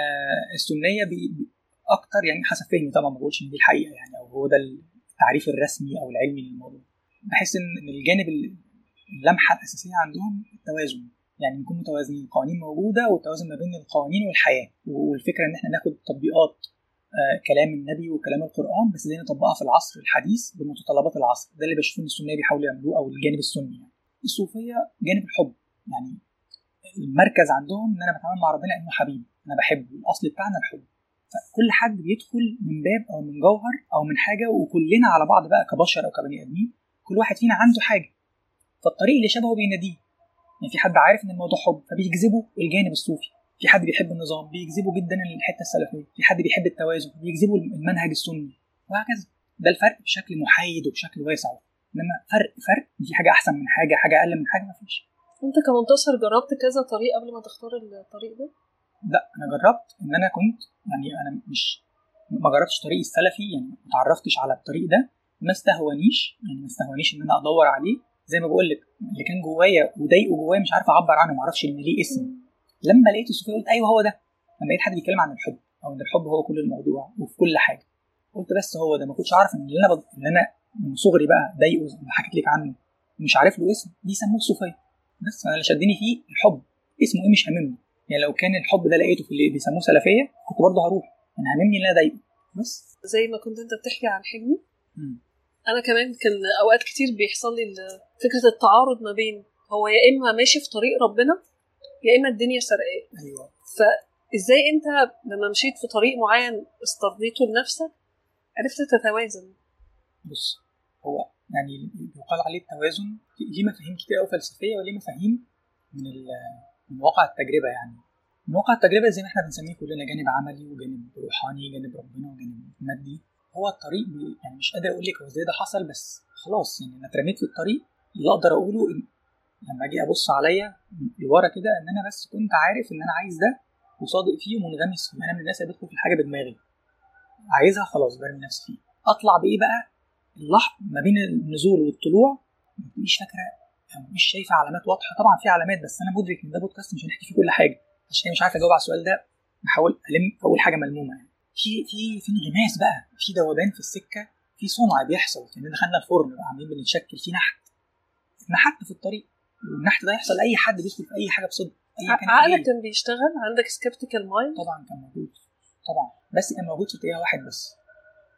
السنيه اكتر يعني حسب فهمي طبعا، ما بقولش ان دي الحقيقه يعني او هو ده التعريف الرسمي او العلمي للموضوع. بحس ان الجانب اللمحه الاساسيه عندهم التوازن، يعني نكون متوازنين، القوانين موجوده والتوازن ما بين القوانين والحياه، والفكره ان احنا ناخد تطبيقات كلام النبي وكلام القرآن بس دي نطبقها في العصر الحديث بمتطلبات العصر، ده اللي بشوف ان السنيه بيحاولوا يعملوه او الجانب السني. يعني الصوفيه جانب الحب، يعني المركز عندهم ان انا بتعامل مع ربنا انه حبيب، انا بحبه، الاصل بتاعنا الحب، فكل حد بيدخل من باب او من جوهر او من حاجه، وكلنا على بعض بقى كبشر او كبني ادمين كل واحد فينا عنده حاجه، فالطريق اللي شبهه بيناديه. يعني في حد عارف ان الموضوع حب فبيجذبه الجانب الصوفي، في حد بيحب النظام بيجذبه جدا الحته السلفيه، في حد بيحب التوازن بيجذبه المنهج السني، وهكذا. ده الفرق بشكل محايد وبشكل واسع، انما فرق دي حاجه احسن من حاجه اقل من حاجه، ما فيش. انت كمنتصر جربت كذا طريق قبل ما تختار الطريق ده؟ لا انا جربت، ان انا كنت يعني انا مش ما جربتش طريق السلفي، يعني ما تعرفتش على الطريق ده، ما استهونيش ان انا ادور عليه، زي ما بقول لك اللي كان جوايا وضايقه جوايا مش عارف اعبر عنه، ما اعرفش ان ليه اسم. لما لقيت الصوفيه قلت ايوه هو ده، لما لقيت حد بيتكلم عن الحب او ان الحب هو كل الموضوع وفي كل حاجه، قلت بس هو ده. ما كنتش عارف ان اللي انا من صغري بقى ضايقه اللي حكيت لك عنه ومش عارف له اسم دي سموه صوفيه، بس انا اللي شدني فيه الحب، اسمه ايه مش هاممني. يعني لو كان الحب ده لقيته في اللي بيسموه سلفيه كنت برضه هروح، انا هاممني ان انا ضايقه بس. زي ما كنت انت بتحكي عن حلمي، انا كمان كان اوقات كتير بيحصل لي فكره التعارض ما بين هو يا اما ماشي في طريق ربنا يا اما الدنيا سرقاه. ايوه. فازاي انت لما مشيت في طريق معين استرضيته لنفسك عرفت تتوازن؟ بص، هو يعني يقال عليه التوازن ليه مفاهيم كتير قوي فلسفيه وليه مفاهيم من واقع التجربه. يعني من واقع التجربه زي ما احنا بنسميه كلنا جانب عملي وجانب روحاني، جانب ربنا وجانب مادي. هو الطريق يعني مش قادر اقول لك هو ازاي ده حصل، بس خلاص يعني انا اترميت في الطريق. اللي اقدر اقوله إن لما اجي ابص عليا لورا كده ان انا بس كنت عارف ان انا عايز ده وصادق فيه ومنغمس فيه. انا من الناس اللي بدخل في الحاجه بدماغي عايزها خلاص برمي نفسي فيه. اطلع بايه بقى ما بين النزول والطلوع مش فاكره، مش شايفه علامات واضحه. طبعا في علامات بس انا مدرك ان ده بودكاست مش هنحكي فيه كل حاجه، عشان مش عارف اجاوب على السؤال ده. بحاول الم اول حاجه ملمومه، يعني في انغماس بقى، في ذوبان في السكه، في صنع بيحصل كأننا دخلنا الفرن بقى عاملين بنتشكل في نحت في الطريق، والنحت ده يحصل لاي حد بيدخل في اي حاجه بصدق. عقلك كان بيشتغل؟ عندك سكيبتيكال مايند؟ طبعا كان موجود طبعا، بس كان موجود في اتجاه واحد بس،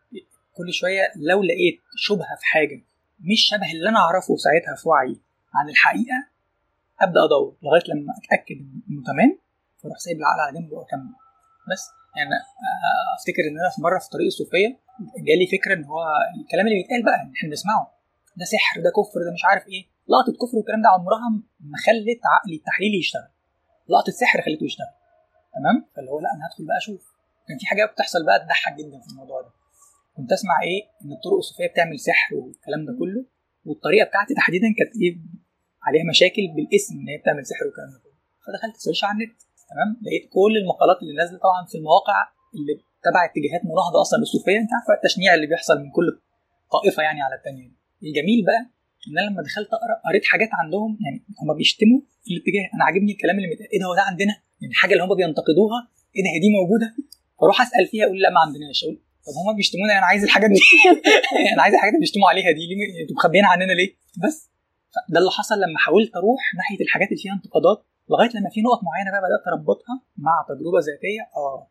كل شويه لو لقيت شبهه في حاجه مش شبه اللي انا اعرفه ساعتها في وعي عن الحقيقه، ابدا ادور لغايه لما اتاكد انه تمام، فاروح سايب العقل على جنب واكمل. بس يعني افتكر ان انا في مره في طريق الصوفيه جالي فكره ان هو الكلام اللي بيتقال بقى ان احنا بنسمعه ده سحر، ده كفر، ده مش عارف ايه، لقطه كفر والكلام ده عمرها ما خلت عقلي التحليلي يشتغل، لقطه سحر خليته يشتغل. تمام. فاللي هو لا انا هدخل بقى اشوف. كان في حاجه بتحصل بقى تضحك جدا في الموضوع ده. كنت اسمع ايه ان الطرق الصوفيه بتعمل سحر والكلام ده كله، والطريقه بتاعتي تحديدا كانت ايه عليها مشاكل بالاسم ان هي بتعمل سحر والكلام ده كله. فدخلت سيرش على النت. تمام. لقيت كل المقالات اللي نازله طبعا في المواقع اللي تبع اتجاهات مناهضه اصلا للصوفيه. انت عارف التشنيع اللي بيحصل من كل طائفه يعني على الثانيه. الجميل بقى ان انا لما دخلت اقرا قريت حاجات عندهم، يعني هم بيشتموا في الاتجاه، انا عاجبني الكلام اللي ايه ده، هو ده عندنا يعني الحاجه اللي هم بينتقدوها ايه ده، هي دي موجوده؟ فاروح اسال فيها اقول لا ما عندناش. اقول طب هم بيشتمونا، انا عايز الحاجات دي انا عايز الحاجات اللي بيشتموا عليها دي، ليه انتوا مخبيينها عننا ليه؟ بس ده اللي حصل لما حاولت اروح ناحيه الحاجات اللي فيها انتقادات، لغايه لما في نقط معينه بقى بدات اربطها مع تجربه ذاتيه.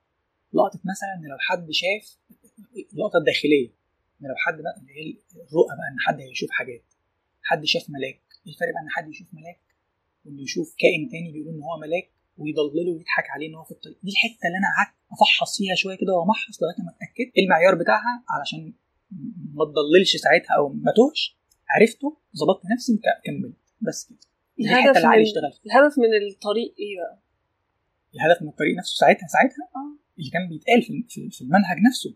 لقطه مثلا ان لو حد شاف اللقطه الداخليه، ان لو حد بقى اللي هي الرؤى بقى، ان حد هيشوف حاجات، حد شاف ملاك. ايه الفرق بقى ان حد يشوف ملاك وانه يشوف كائن تاني بيقول ان هو ملاك ويضلله ويضحك عليه ان هو في الطريق؟ دي الحته اللي انا قعدت افحص فيها شويه كده وامحص لغايه ما اتاكد ايه المعيار بتاعها علشان ما تضللش ساعتها او ما توهش. عرفته، ظبطت نفسي، كملت. بس كده. دي الحته اللي عايز اشتغل فيها. الهدف من الطريق ايه بقى؟ الهدف من الطريق نفسه ساعتها اللي كان بيتقال في المنهج نفسه.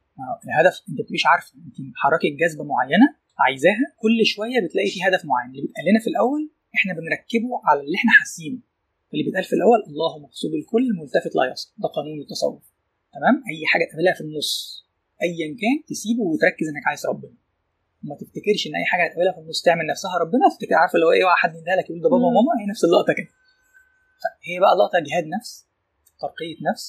الهدف انت بتبقيش عارفه، انت حركه جذبه معينه عايزاها، كل شويه بتلاقي في هدف معين. اللي بيتقال لنا في الاول احنا بنركبه على اللي احنا حاسينه. اللي بيتقال في الاول الله مقصود الكل ملتفت لا يصل، ده قانون التصوف. تمام. اي حاجه تعملها في النص ايا كان تسيبه وتركز انك عايز ربنا. وما تفتكرش ان اي حاجه تعملها في النص تعمل نفسها ربنا. تفتكر عارف اللي هو ايه، واحد يديها لك يقول ده بابا وماما، هي نفس اللقطه كده. فهي بقى لقطه جهاد نفس، ترقيه نفس.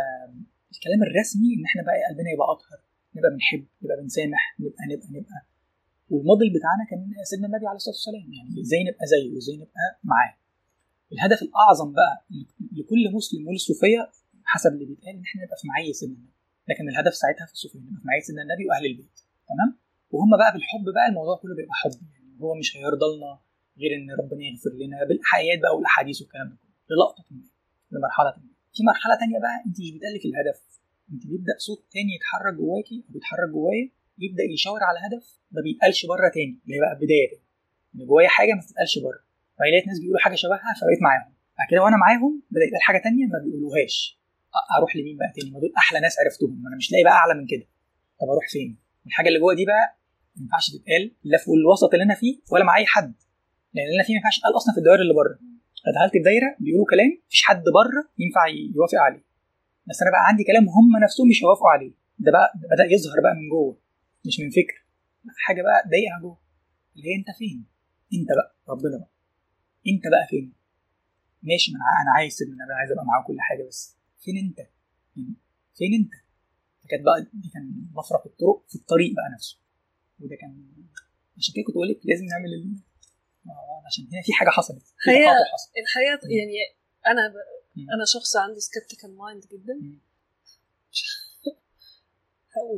الكلام الرسمي ان احنا بقى قلبنا يبقى اطهر، نبقى بنحب، نبقى بنسامح، نبقى والموديل بتاعنا كان سيدنا النبي عليه الصلاه والسلام. يعني ازاي نبقى زيه وازاي نبقى معاه. الهدف الاعظم بقى لكل مسلم وللصوفيه حسب اللي بيتقال ان احنا نبقى في معيه سيدنا النبي. لكن الهدف ساعتها في الصوفيه نبقى في معيه سيدنا النبي واهل البيت. تمام. وهم بقى بالحب بقى الموضوع كله بيبقى حب. يعني هو مش هيرضى لنا غير ان ربنا يغفر لنا بالاحاديث بقى والاحاديث والكلام ده كله للقطه ما، لمرحله ما. في مرحله ثانيه بقى انت مش بتالف الهدف، انت بيبدا صوت تاني يتحرك جواكي او بيتحرك جوايا، يبدا يشاور على هدف ما بيتقالش بره تاني، اللي هي بقى بدايه تاني ان جوايا حاجه ما بتتقالش بره. فلقيت ناس بيقولوا حاجه شبهها فبقيت معاهم. بعد كده وانا معاهم بدا يتقال حاجه تانيه ما بيقولوهاش. اروح لمين بقى تاني؟ ما دول احلى ناس عرفتهم، انا مش لاقي بقى اعلى من كده. طب اروح فين؟ الحاجه اللي جوه دي بقى ما ينفعش تتقال لا في الوسط اللي انا فيه ولا مع اي حد، لان اللي انا فيه ما ينفعش يتقال اصلا في الدوائر اللي بره. دخلت الدايره بيقولوا كلام مفيش حد بره ينفع يوافق عليه، بس انا بقى عندي كلام هم نفسهم مش هيوافقوا عليه. ده بقى بدا يظهر بقى من جوه مش من فكر، حاجه بقى ضايقها جوه اللي هي انت فين؟ انت بقى ربنا بقى، انت بقى فين؟ ماشي، انا عايز سيدنا النبي، عايز ابقى معاه كل حاجه، بس فين انت؟ فين انت؟ فكانت بقى دي كان مفرق الطرق في الطريق بقى نفسه. وده كان عشان كده كنت بقول لك لازم نعمل عشان هنا في حاجه حصلت، في تقاطع حصل. الحقيقه يعني انا شخص عندي سكيبتيكال مايند جدا. هقول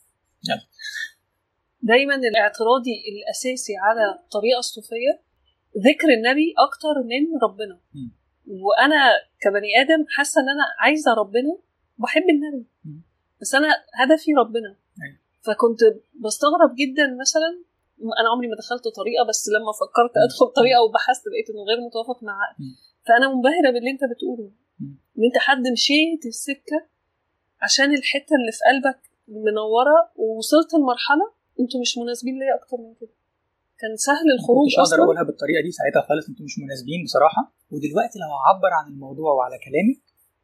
دايما الاعتراضي الاساسي على الطريقه الصوفيه ذكر النبي اكتر من ربنا. وانا كبني ادم حاسه ان انا عايزه ربنا وبحب النبي، بس انا هدفي ربنا. فكنت بستغرب جدا مثلا، انا عمري ما دخلت طريقه، بس لما فكرت ادخل طريقه وبحثت لقيت انه غير متوافق مع عقلي. فانا منبهره باللي انت بتقوله، ان انت حد مشيت السكه عشان الحته اللي في قلبك منوره ووصلت لمرحله انتوا مش مناسبين ليا اكتر من كده. كان سهل الخروج اصلا. مش هقدر اقولها بالطريقه دي ساعتها خالص، انتوا مش مناسبين بصراحه. ودلوقتي لو هعبر عن الموضوع وعلى كلامك،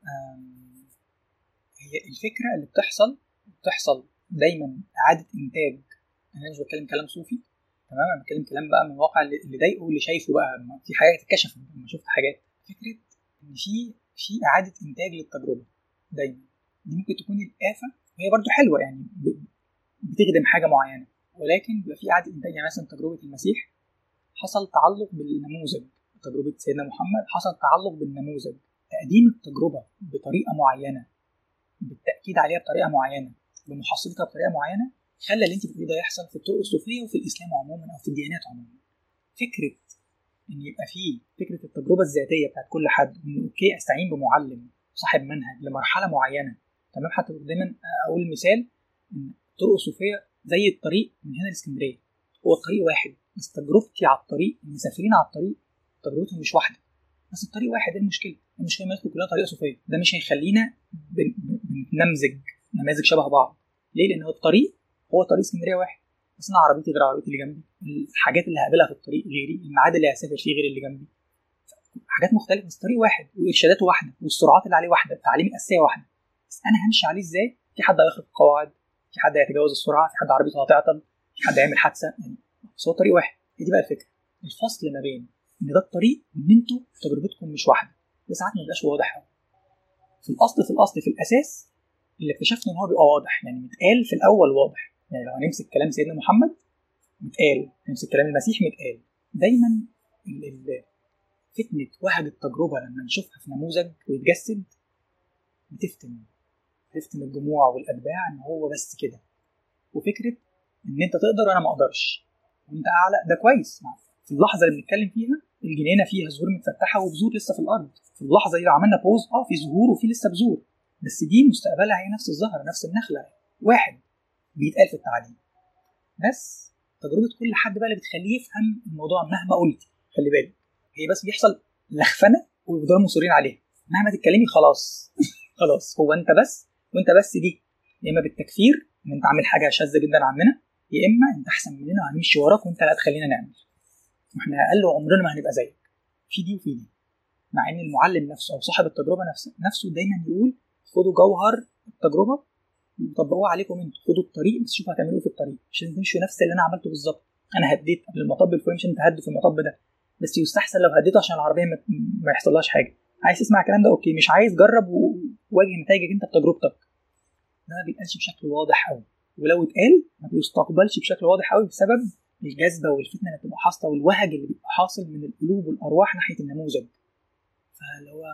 هي الفكره اللي بتحصل دايما اعاده انتاج. انا مش بتكلم كلام صوفي، تمام، انا بتكلم كلام بقى من الواقع اللي ضايقه واللي شايفه بقى في حاجات اتكشفت لما شفت حاجات. فكره ان في اعاده انتاج للتجربه دايما، دي ممكن تكون الآفة، وهي برضو حلوه يعني بتخدم حاجه معينه، ولكن بيبقى في اعاده انتاج. يعني مثلا تجربه المسيح حصل تعلق بالنموذج، تجربه سيدنا محمد حصل تعلق بالنموذج، تقديم التجربه بطريقه معينه، بالتاكيد عليها بطريقه معينه، بمحصلتها بطريقه معينه، خلى اللي انت بتقوليه ده يحصل في الطرق الصوفيه وفي الاسلام عموما او في الديانات عموما. فكره ان يبقى فيه فكره التجربه الذاتيه بتاعت كل حد، ان اوكي استعين بمعلم صاحب منهج لمرحله معينه، تمام. حتى دايما اقول مثال ان الطرق الصوفيه زي الطريق من هنا لاسكندريه، هو الطريق واحد بس تجربتي على الطريق، المسافرين على الطريق تجربتهم مش واحده، بس الطريق واحد. ايه المشكله؟ المشكله ما ندخل كلنا طريقه صوفيه، ده مش هيخلينا بنمزج نماذج شبه بعض. ليه؟ لان الطريق هو طريق اسكندريه واحد، بس انا عربيتي غير عربيتي اللي جنبي، الحاجات اللي هقابلها في الطريق غيري، الميعاد اللي هسافر فيه غير اللي جنبي، حاجات مختلفه، بس طريق واحد وارشاداته واحده والسرعات اللي عليه واحده، التعليم الاساسيه واحده، بس انا همشي عليه ازاي؟ في حد هيخرق القواعد، في حد هيتجاوز السرعه، في حد عربيته هتعطل، في حد هيعمل حادثه، يعني بس هو طريق واحد. دي بقى الفكره، الفصل ما بين ان ده الطريق وان انتوا تجربتكم مش واحده، ده ساعات ما بيبقاش واضح قوي. في الاساس اللي اكتشفنا ان هو بيبقى واضح، يعني متقال في الاول واضح. يعني لو هنمسك كلام سيدنا محمد متقال، نمسك كلام المسيح متقال. دايما فتنه وهج التجربه لما نشوفها في نموذج ويتجسد بتفتن الجموع والاتباع ان هو بس كده، وفكره ان انت تقدر وانا ما اقدرش وانت اعلى، ده كويس. في اللحظه اللي بنتكلم فيها الجنينه فيها زهور متفتحه وبذور لسه في الارض، في اللحظه دي لو عملنا بوز في زهور وفي لسه بذور، بس دي مستقبلها هي نفس الزهره نفس النخله واحد، بيتقال في التعليم. بس تجربه كل حد بقى اللي بتخليه يفهم الموضوع مهما قلت. خلي بالك هي بس بيحصل لخفنه ويفضلوا مصرين عليها، مهما تتكلمي خلاص خلاص هو انت بس وانت بس. دي يا اما بالتكفير ان انت عامل حاجه شاذه جدا عننا، يا اما انت احسن مننا وهنمشي وراك وانت لا تخلينا نعمل، واحنا اقل وعمرنا ما هنبقى زيك في دي وفي دي. مع ان المعلم نفسه او صاحب التجربه نفسه دايما يقول خدوا جوهر التجربه وطبقوه عليكم انتوا، خدوا الطريق بس شوفوا هتعملوا ايه في الطريق، مش لازم تمشوا نفس اللي انا عملته بالظبط. انا هديت قبل المطب الفلاني، مش انت هدوا في المطب ده، بس يستحسن لو هديته عشان العربيه ما يحصلهاش حاجه. عايز تسمع الكلام ده اوكي، مش عايز جرب وواجه نتائجك انت بتجربتك. ده ما بيتقالش بشكل واضح قوي، ولو اتقال ما بيستقبلش بشكل واضح قوي بسبب الجذبه والفتنه اللي بتبقى حاصله والوهج اللي بيبقى حاصل من القلوب والارواح ناحيه النموذج. فاللي هو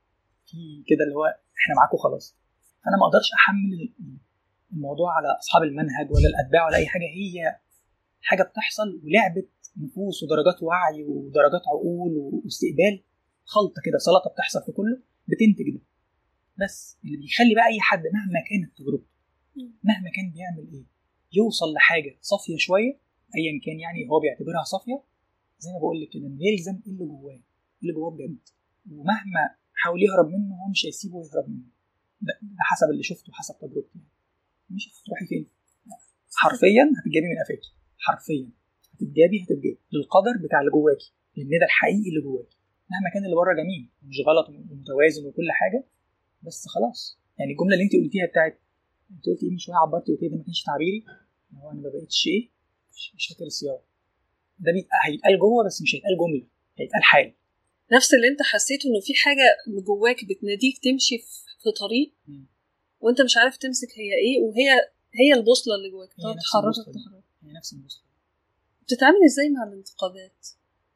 في كده اللي هو احنا معاكم خلاص. فانا ما اقدرش احمل الموضوع على اصحاب المنهج ولا الاتباع ولا اي حاجه، هي حاجه بتحصل ولعبه نفوس ودرجات وعي ودرجات عقول واستقبال، خلطه كده سلطه بتحصل في كله بتنتج ده. بس اللي بيخلي بقى اي حد مهما كانت تجربته مهما كان بيعمل ايه يوصل لحاجه صافيه شويه ايا كان، يعني هو بيعتبرها صافيه زي ما بقول لك كده، انه يلزم اللي جواه بجد، ومهما حاول يهرب منه هو مش هيسيبه يهرب منه. ده حسب اللي شفته حسب تجربتي. مش هتروحي فين حرفيا، هتتجابي من قفاكي حرفيا، هتتجابي للقدر بتاع اللي جواكي، لان ده الحقيقي اللي جواكي. مهما كان اللي بره جميل ومش غلط ومتوازن وكل حاجه، بس خلاص. يعني الجمله اللي انت قلتيها بتاعت انت قلتي ايه من شويه، عبرتي قلتي ده ما كانش تعبيري، هو انا ما بقتش ايه، مش فاكر السياق ده، هيتقال جوه بس مش هيتقال جمله، هيتقال حال. نفس اللي انت حسيته انه في حاجه جواك بتناديك تمشي في طريق وانت مش عارف تمسك هي ايه، وهي البوصله اللي جواك تحركك. هي نفس البوصله. بتتعامل ازاي مع الانتقادات؟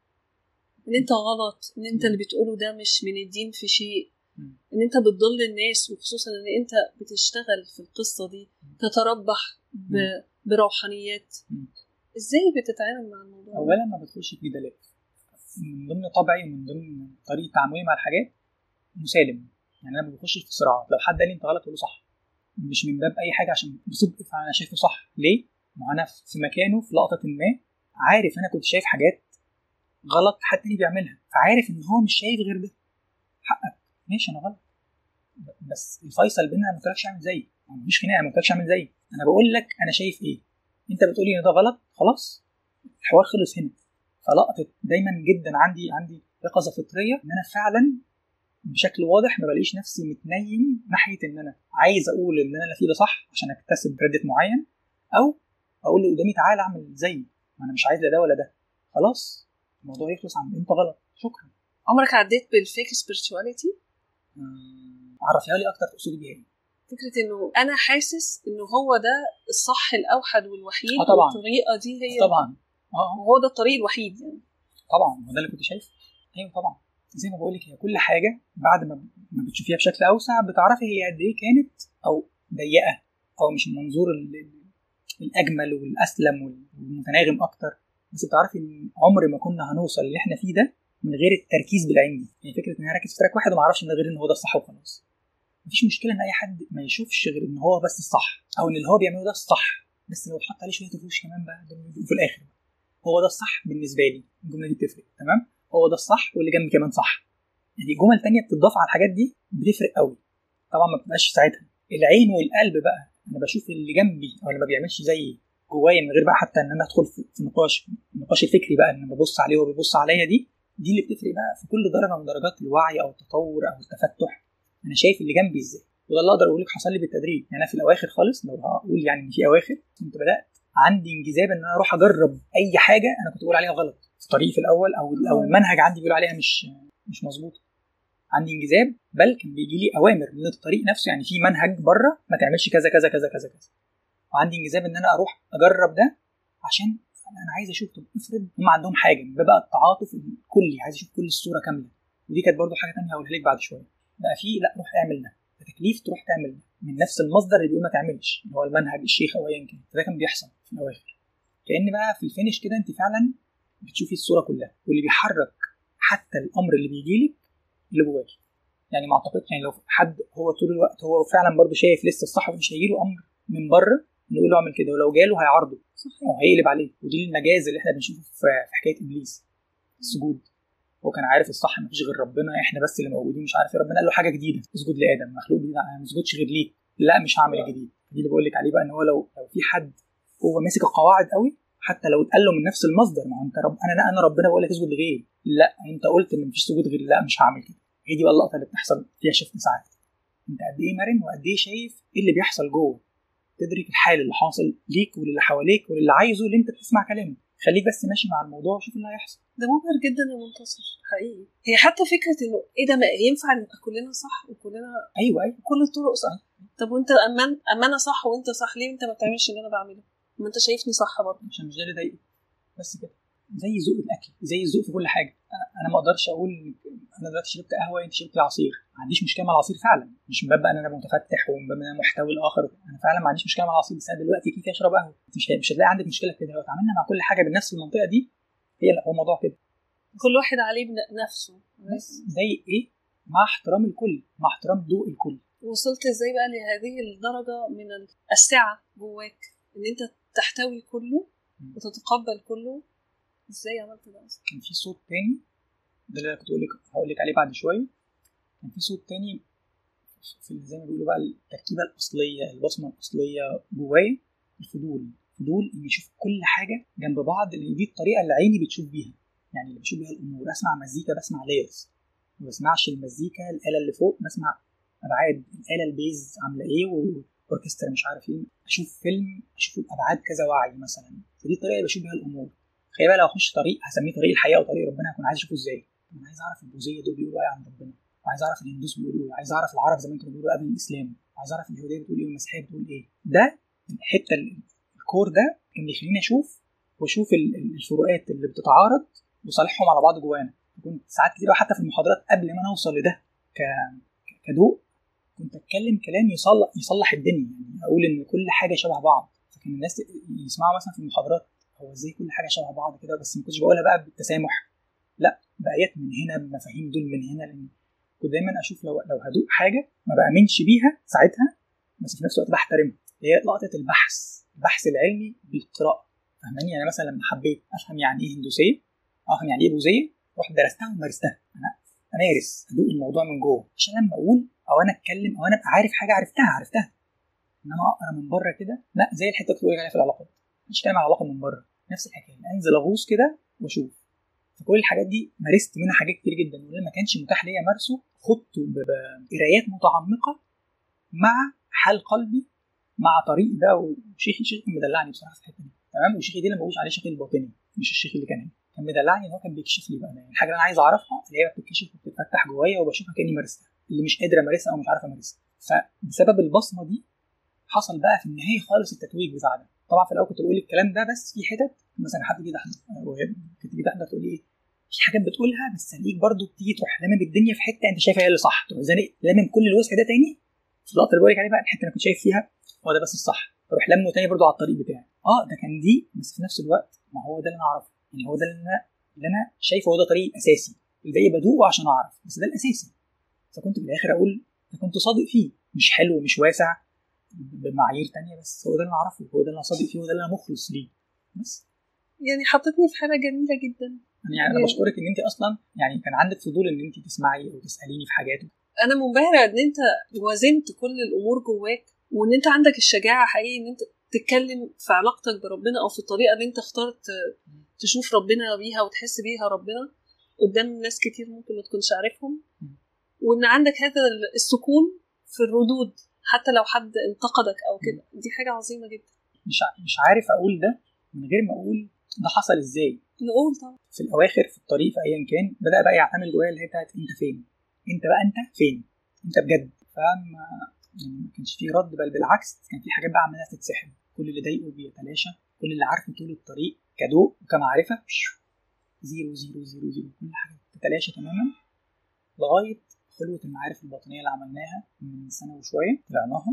ان انت غلط، ان انت اللي بتقوله ده مش من الدين في شيء، ان انت بتضل الناس، وخصوصا ان انت بتشتغل في القصه دي تتربح بروحانيات. ازاي بتتعامل مع الموضوع؟ اولا ما بدخلش في جدالات، من ضمن طبعي ومن ضمن طريقه تعاملي مع الحاجات مسالم. يعني انا ما بخشش في صراعات، لو حد قال لي انت غلط اقول له صح، مش من باب اي حاجه عشان بصدق فانا شايفه صح. ليه؟ ما انا في مكانه في لقطه ما عارف انا كنت شايف حاجات غلط حد تاني بيعملها، فعارف ان هو مش شايف غير ده. حقك ماشي انا غلط، بس الفيصل بيننا ما قلتلكش اعمل زيي، مفيش خناقه، ما قلتلكش اعمل زيي، انا بقول لك انا شايف ايه، انت بتقولي ان ده غلط، خلاص الحوار خلص هنا. فلقطه دايما جدا عندي يقظه فطريه ان انا فعلا بشكل واضح ما بلاقيش نفسي متنيم ناحيه ان انا عايز اقول ان انا فيه ده صح عشان اكتسب كريدت معين، او اقول له قدامي تعالى اعمل زيي، ما انا مش عايز لا ده ولا ده، خلاص الموضوع يخلص عند انت غلط شكرا. عمرك عديت بالفيك سبيرتواليتي؟ عرفيها لي اكتر، تقصدي بيها ايه؟ فكره انه انا حاسس انه هو ده الصح الاوحد والوحيد، طبعا والطريقه دي هي طبعا وهو ده الطريق الوحيد يعني. طبعا هو ده اللي كنت شايفه. ايوه طبعا، زي ما بقول لك هي كل حاجه بعد ما بتشوفيها بشكل اوسع بتعرفي هي قد ايه كانت او ضيقه او مش المنظور الاجمل والاسلم والمتناغم اكتر. بس بتعرفي ان عمر ما كنا هنوصل اللي احنا فيه ده من غير التركيز بالعلم. يعني فكره ان انا اركز في تراك واحد وما اعرفش ان غير ان هو ده الصح وخلاص. مفيش مشكله ان اي حد ما يشوفش غير ان هو بس الصح، او ان اللي هو بيعمله ده الصح، بس لو اتحط عليه شويه رفوش كمان بقى في الاخر هو ده الصح بالنسبه لي. الجمله دي بتفرق. تمام، هو ده الصح واللي جنبي كمان صح. يعني جمل تانية بتضاف على الحاجات دي بتفرق قوي. طبعا ما بتبقاش ساعتها العين والقلب بقى، انا بشوف اللي جنبي او اللي ما بيعملش زيي جوايا من غير بقى حتى ان انا ادخل في النقاش الفكري بقى، ان انا ببص عليه وهو بيبص عليا. دي اللي بتفرق بقى في كل درجه من درجات الوعي او التطور او التفتح. انا شايف اللي جنبي ازاي، وده اللي اقدر اقول لك حصل لي بالتدريج. يعني انا في الاواخر خالص، لو هقول يعني ان في اواخر، كنت بدات عندي انجذاب ان انا اروح اجرب اي حاجه انا كنت بقول عليها غلط في طريقي في الاول، او المنهج عندي بيقول عليها مش مظبوط. عندي انجذاب، بل كان بيجي لي اوامر من الطريق نفسه. يعني في منهج بره ما تعملش كذا كذا كذا كذا كذا، وعندي انجذاب ان انا اروح اجرب ده عشان انا عايز اشوف. طب افرض هم عندهم حاجه، ده بقى التعاطف الكلي، عايز اشوف كل الصوره كامله. ودي كانت برضو حاجه ثانيه هقولها لك بعد شويه. بقى في لا، روح اعمل ده، تكليف تروح تعمل ده من نفس المصدر اللي بيقول ما تعملش، اللي هو المنهج الشيخ او ايا كان. ده كان بيحصل في الاواخر. كأن بقى في الفينش كده انت فعلا بتشوفي الصوره كلها، واللي بيحرك حتى الامر اللي بيجيلك اللي جواكي. يعني ما اعتقدش يعني لو حد هو طول الوقت هو فعلا برضو شايف لسه الصح، ومش هيجيله امر من بره نقول له اعمل كده، ولو جاله هيعارضه او هيقلب عليه. ودي المجاز اللي احنا بنشوفه في حكايه ابليس السجود. هو كان عارف الصح، مفيش غير ربنا، احنا بس اللي موجودين مش عارف ايه. ربنا قال له حاجه جديده، اسجد لادم مخلوق جديد، انا ما اسجدش غير ليك. لا مش هعمل جديد. دي اللي بقول لك عليه بقى، ان هو لو في حد هو ماسك القواعد قوي، حتى لو اتقال له من نفس المصدر، ما هو انت انا ربنا بقول لك اسجد لغيري، لا انت قلت ان مفيش سجود غير، لا مش هعمل كده. هي دي بقى اللقطه اللي بتحصل فيها شفت ساعات. انت قد ايه مرن وقد ايه شايف ايه اللي بيحصل جوه، تدرك الحال اللي حاصل ليك وللي حواليك وللي عايزه اللي انت بتسمع كلامه. خليك بس ماشي مع الموضوع وشوف اللي هيحصل. ده مبهر جدا يا منتصر حقيقي. هي حتى فكره انه ايه ده، ما ينفع نبقى كلنا صح وكلنا ايوه كل الطرق صح. طب وانت اما انا صح وانت صح، ليه انت ما بتعملش اللي انا بعمله؟ ما انت شايفني صح برضه. عشان مش ده اللي ضايقك بس كده. زي ذوق الاكل، زي الذوق في كل حاجه. انا ما اقدرش اقول انا دلوقتي شربت قهوه انت شربتي عصير، ما عنديش مشكله مع العصير فعلا، مش من باب ان انا متفتح ومن باب ان انا محتوي الاخر. انا فعلا ما عنديش مشكله مع العصير، بس انا دلوقتي كيف اشرب قهوه. مش هتلاقي عندك مشكله كده. لو اتعاملنا مع كل حاجه بنفس المنطقه دي، هو الموضوع كده، كل واحد عليه بنفسه. بس زي ايه، مع احترام الكل، مع احترام ذوق الكل. وصلت ازاي بقى لهذه الدرجه من السعه جواك، ان انت تحتوي كله وتتقبل كله؟ ازاي عملت ده اصلا؟ كان في صوت تاني، ده اللي كنت هقول لك عليه بعد شويه. كان في صوت تاني في زي ما بيقولوا بقى التركيبه الاصليه، البصمه الاصليه جوايا. الفضول اني اشوف كل حاجه جنب بعض، لان دي الطريقه اللي عيني بتشوف بيها. يعني اللي بشوف بيها الامور. اسمع مزيكا بسمع لايرز، ما بسمعش المزيكا الاله اللي فوق، بسمع ابعاد الاله البيز عامله ايه واوركسترا مش عارف ايه. اشوف فيلم اشوف ابعاد كذا وعي مثلا. فدي الطريقه اللي بشوف بيها الامور. خلي بقى لو اخش طريق هسميه طريق الحياه او طريق ربنا، هكون عايز اشوفه ازاي. انا عايز اعرف البوذيه دول بيقولوا ايه عن ربنا، وعايز اعرف الهندوس بيقولوا ايه، وعايز اعرف العرب زمان كانوا بيقولوا قبل الاسلام، وعايز اعرف اليهوديه بتقول ايه والمسيحيه بتقول ايه. ده الحته الكور ده كان بيخليني واشوف الفروقات اللي بتتعارض وصالحهم على بعض جوانا. كنت ساعات كتير حتى في المحاضرات قبل ما انا اوصل لده كذوق، كنت اتكلم كلام يصلح الدنيا. يعني اقول ان كل حاجه شبه بعض، فكان الناس يسمعوا مثلا في المحاضرات هو ازاي كل حاجه شبه بعض كده. بس ما كنتش بقولها بقى بالتسامح، لا، بآيات من هنا، بمفاهيم دول من هنا. لان كنت دايما اشوف لو هدوق حاجه ما بامنش بيها ساعتها، بس في نفس الوقت بحترمها. هي لقطه البحث العلمي بالقراءه. فاهماني؟ يعني مثلا لما حبيت افهم يعني ايه هندوسيه، افهم يعني ايه بوذيه، رحت درستها ومارستها. انا امارس ادوق الموضوع من جوه، عشان لما اقول او انا اتكلم او انا ابقى عارف حاجه عرفتها. انما اقرا من بره كده لا، زي الحته اللي بقول عليها في العلاقات، مش كلام على العلاقه من بره. نفس الحكايه، انزل اغوص كده واشوف. فكل الحاجات دي مارست منها حاجات كتير جدا، واللي ما كانش متاح ليا مارسه خدته بقرايات متعمقه مع حال قلبي، مع طريقي ده. وشيخي مدلعني بصراحه في الحته دي. تمام. وشيخي دي لما بقولش عليه شيخي الباطني، مش الشيخ اللي كان مدلعني، ان هو كان بيكشف لي بقى يعني الحاجه اللي انا عايز اعرفها، اللي هي بتتكشف وبتتفتح جوايا وبشوفها كاني مارستها، اللي مش قادر امارسها او مش عارف امارسها. فبسبب البصمه دي حصل بقى في النهايه خالص التتويج بتاع ده. طبعا في الاول كنت بقول الكلام ده بس في حتت مثلا حد جه تحضر كنت جه تحضر تقول ايه، في حاجات بتقولها بس هنيك برضو بتيجي تروح لامم الدنيا في حته انت شايفها هي اللي صح، تروح زانق لامم كل الوسع ده تاني في اللقطه اللي بقول لك عليها بقى. الحته اللي كنت شايف فيها هو ده بس الصح، اروح لمه تاني برضو على الطريق بتاعي. ده كان دي، بس في نفس الوقت ما هو ده اللي انا اعرفه، يعني هو ده اللي انا شايفه هو ده طريق اساسي، الباقي بدوقه عشان اعرف، بس ده الاساسي. فكنت في الاخر اقول كنت صادق فيه، مش حلو مش واسع بمعايير تانية، بس هو ده اللي انا اعرفه، هو ده اللي انا صادق فيه، هو ده اللي انا مخلص ليه. بس يعني حطتني في حاله جميله جدا. يعني انا بشكرك ان انت اصلا يعني كان عندك فضول ان انت تسمعي او تساليني في حاجات. انا منبهره ان انت وزنت كل الامور جواك، وان انت عندك الشجاعه حقيقي ان انت تتكلم في علاقتك بربنا او في الطريقه اللي انت اخترت تشوف ربنا بيها وتحس بيها ربنا قدام ناس كتير ممكن ما تكونش عارفهم، وان عندك هذا السكون في الردود حتى لو حد انتقدك او كده. دي حاجه عظيمه جدا. مش عارف اقول ده من غير ما اقول ده حصل ازاي. نقول طبعا في الاواخر في الطريق في ايا كان بدا بقى يعتمد جوايا اللي هي بتاعت انت فين، انت بقى انت فين، انت بجد. فما يعني ما كانش فيه رد، بل بالعكس كان في حاجات بقى عماله تتسحب، كل اللي ضايقه بيتلاشى، كل اللي عارفه طول الطريق كضوء وكمعرفه زيرو زيرو زيرو زيرو، كل حاجه تتلاشى تماما، لغايه خلوه المعارف الباطنيه اللي عملناها من سنه وشويه طلعناها،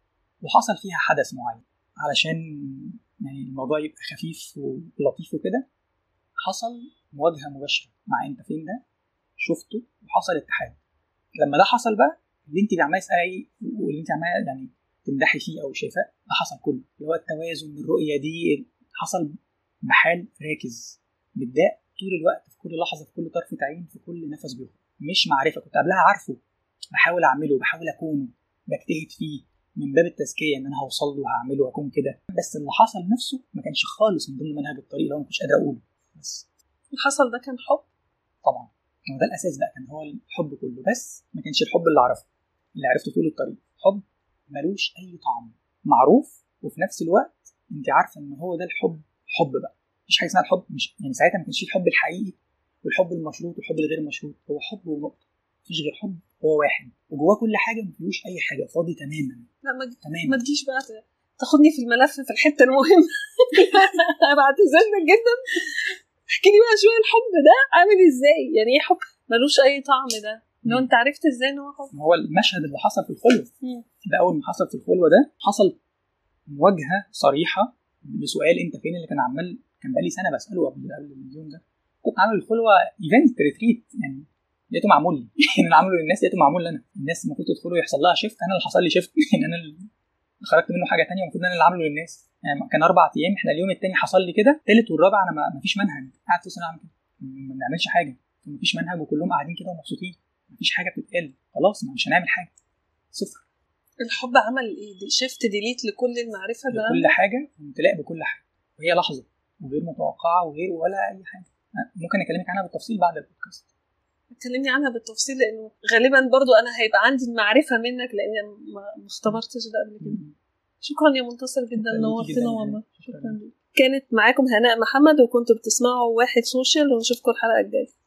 وحصل فيها حدث معين علشان يعني الموضوع يبقى خفيف ولطيف وكده. حصل مواجهه مباشره مع انت فين ده، شفته وحصل اتحاد. لما ده حصل بقى اللي انت عماله تسالي واللي انت عماله يعني تمدحي فيه او شايفاه، ده حصل كله، اللي هو التوازن، الرؤيه دي حصل بحال راكز بتضاء طول الوقت، في كل لحظه، في كل طرفه عين، في كل نفس بيخرج. مش معرفه كنت قبلها عارفه، بحاول اعمله، بحاول اكونه، بجتهد فيه من باب التزكيه ان انا هوصل له وهعمله واكون كده، بس اللي حصل نفسه ما كانش خالص من ضمن منهج الطريق اللي انا ما كنتش قادر اقوله. بس اللي حصل ده كان حب طبعا، هو ده الاساس بقى، كان هو الحب كله، بس ما كانش الحب اللي اعرفه، اللي عرفته طول الطريق حب ملوش اي طعم، معروف، وفي نفس الوقت انت عارفه ان هو ده الحب. حب بقى مفيش حاجه اسمها الحب، مش يعني ساعتها ما كانش فيه الحب الحقيقي والحب المشروط والحب الغير مشروط، هو حب ونقطه، مفيش غير حب، هو واحد وجواه كل حاجه، ما فيهوش اي حاجه، فاضي تماما. لا تماما. ما تجيش بقى تاخدني في الملف في الحته المهمه. انا بعتذر لك جدا، احكي لي بقى شويه الحب ده عامل ازاي، يعني ايه حب ملوش اي طعم ده، لو انت عرفت ازاي ان هو حب. هو المشهد اللي حصل في الخلوه ده، اول ما حصل في الخلوه ده حصل مواجهه صريحه لسؤال انت فين، اللي كان بقالي سنه بساله قبل اليوم ده. كنت عامل الخلوه ايفنت ريتريت، يعني لقيته معمول لي. يعني انا عامله للناس، لقيته معمول لي انا. الناس المفروض تدخلوا يحصل لها شيفت، انا اللي حصل لي شيفت. يعني انا اللي خرجت منه حاجه ثانيه، المفروض انا اللي عامله للناس. يعني كان 4 ايام، احنا اليوم الثاني حصل لي كده، الثالث والرابع انا ما فيش منهج، قاعد في اعمل كده، ما بنعملش حاجه، ما فيش منهج، وكلهم قاعدين كده ومبسوطين، ما فيش حاجه بتتقال، خلاص مش هنعمل حاجه، صفر. الحب عمل ايه؟ شيفت ديليت لكل المعرفه ده، لكل حاجه، وامتلاء بكل حاجه، وهي لحظه وغير متوقعه وغير ولا اي حاجه. ممكن اكلمك عنها بالتفصيل بعد البودكاست. اتكلمني عنها بالتفصيل، لانه غالبا برضو انا هيبقى عندي المعرفه منك، لان ما اختبرتش ده قبل كده. شكرا يا منتصر جدا، نورتنا والله. شكرا لك. كانت معاكم هناء محمد، وكنتوا بتسمعوا واحد سوشيال، ونشوفكم الحلقه الجايه.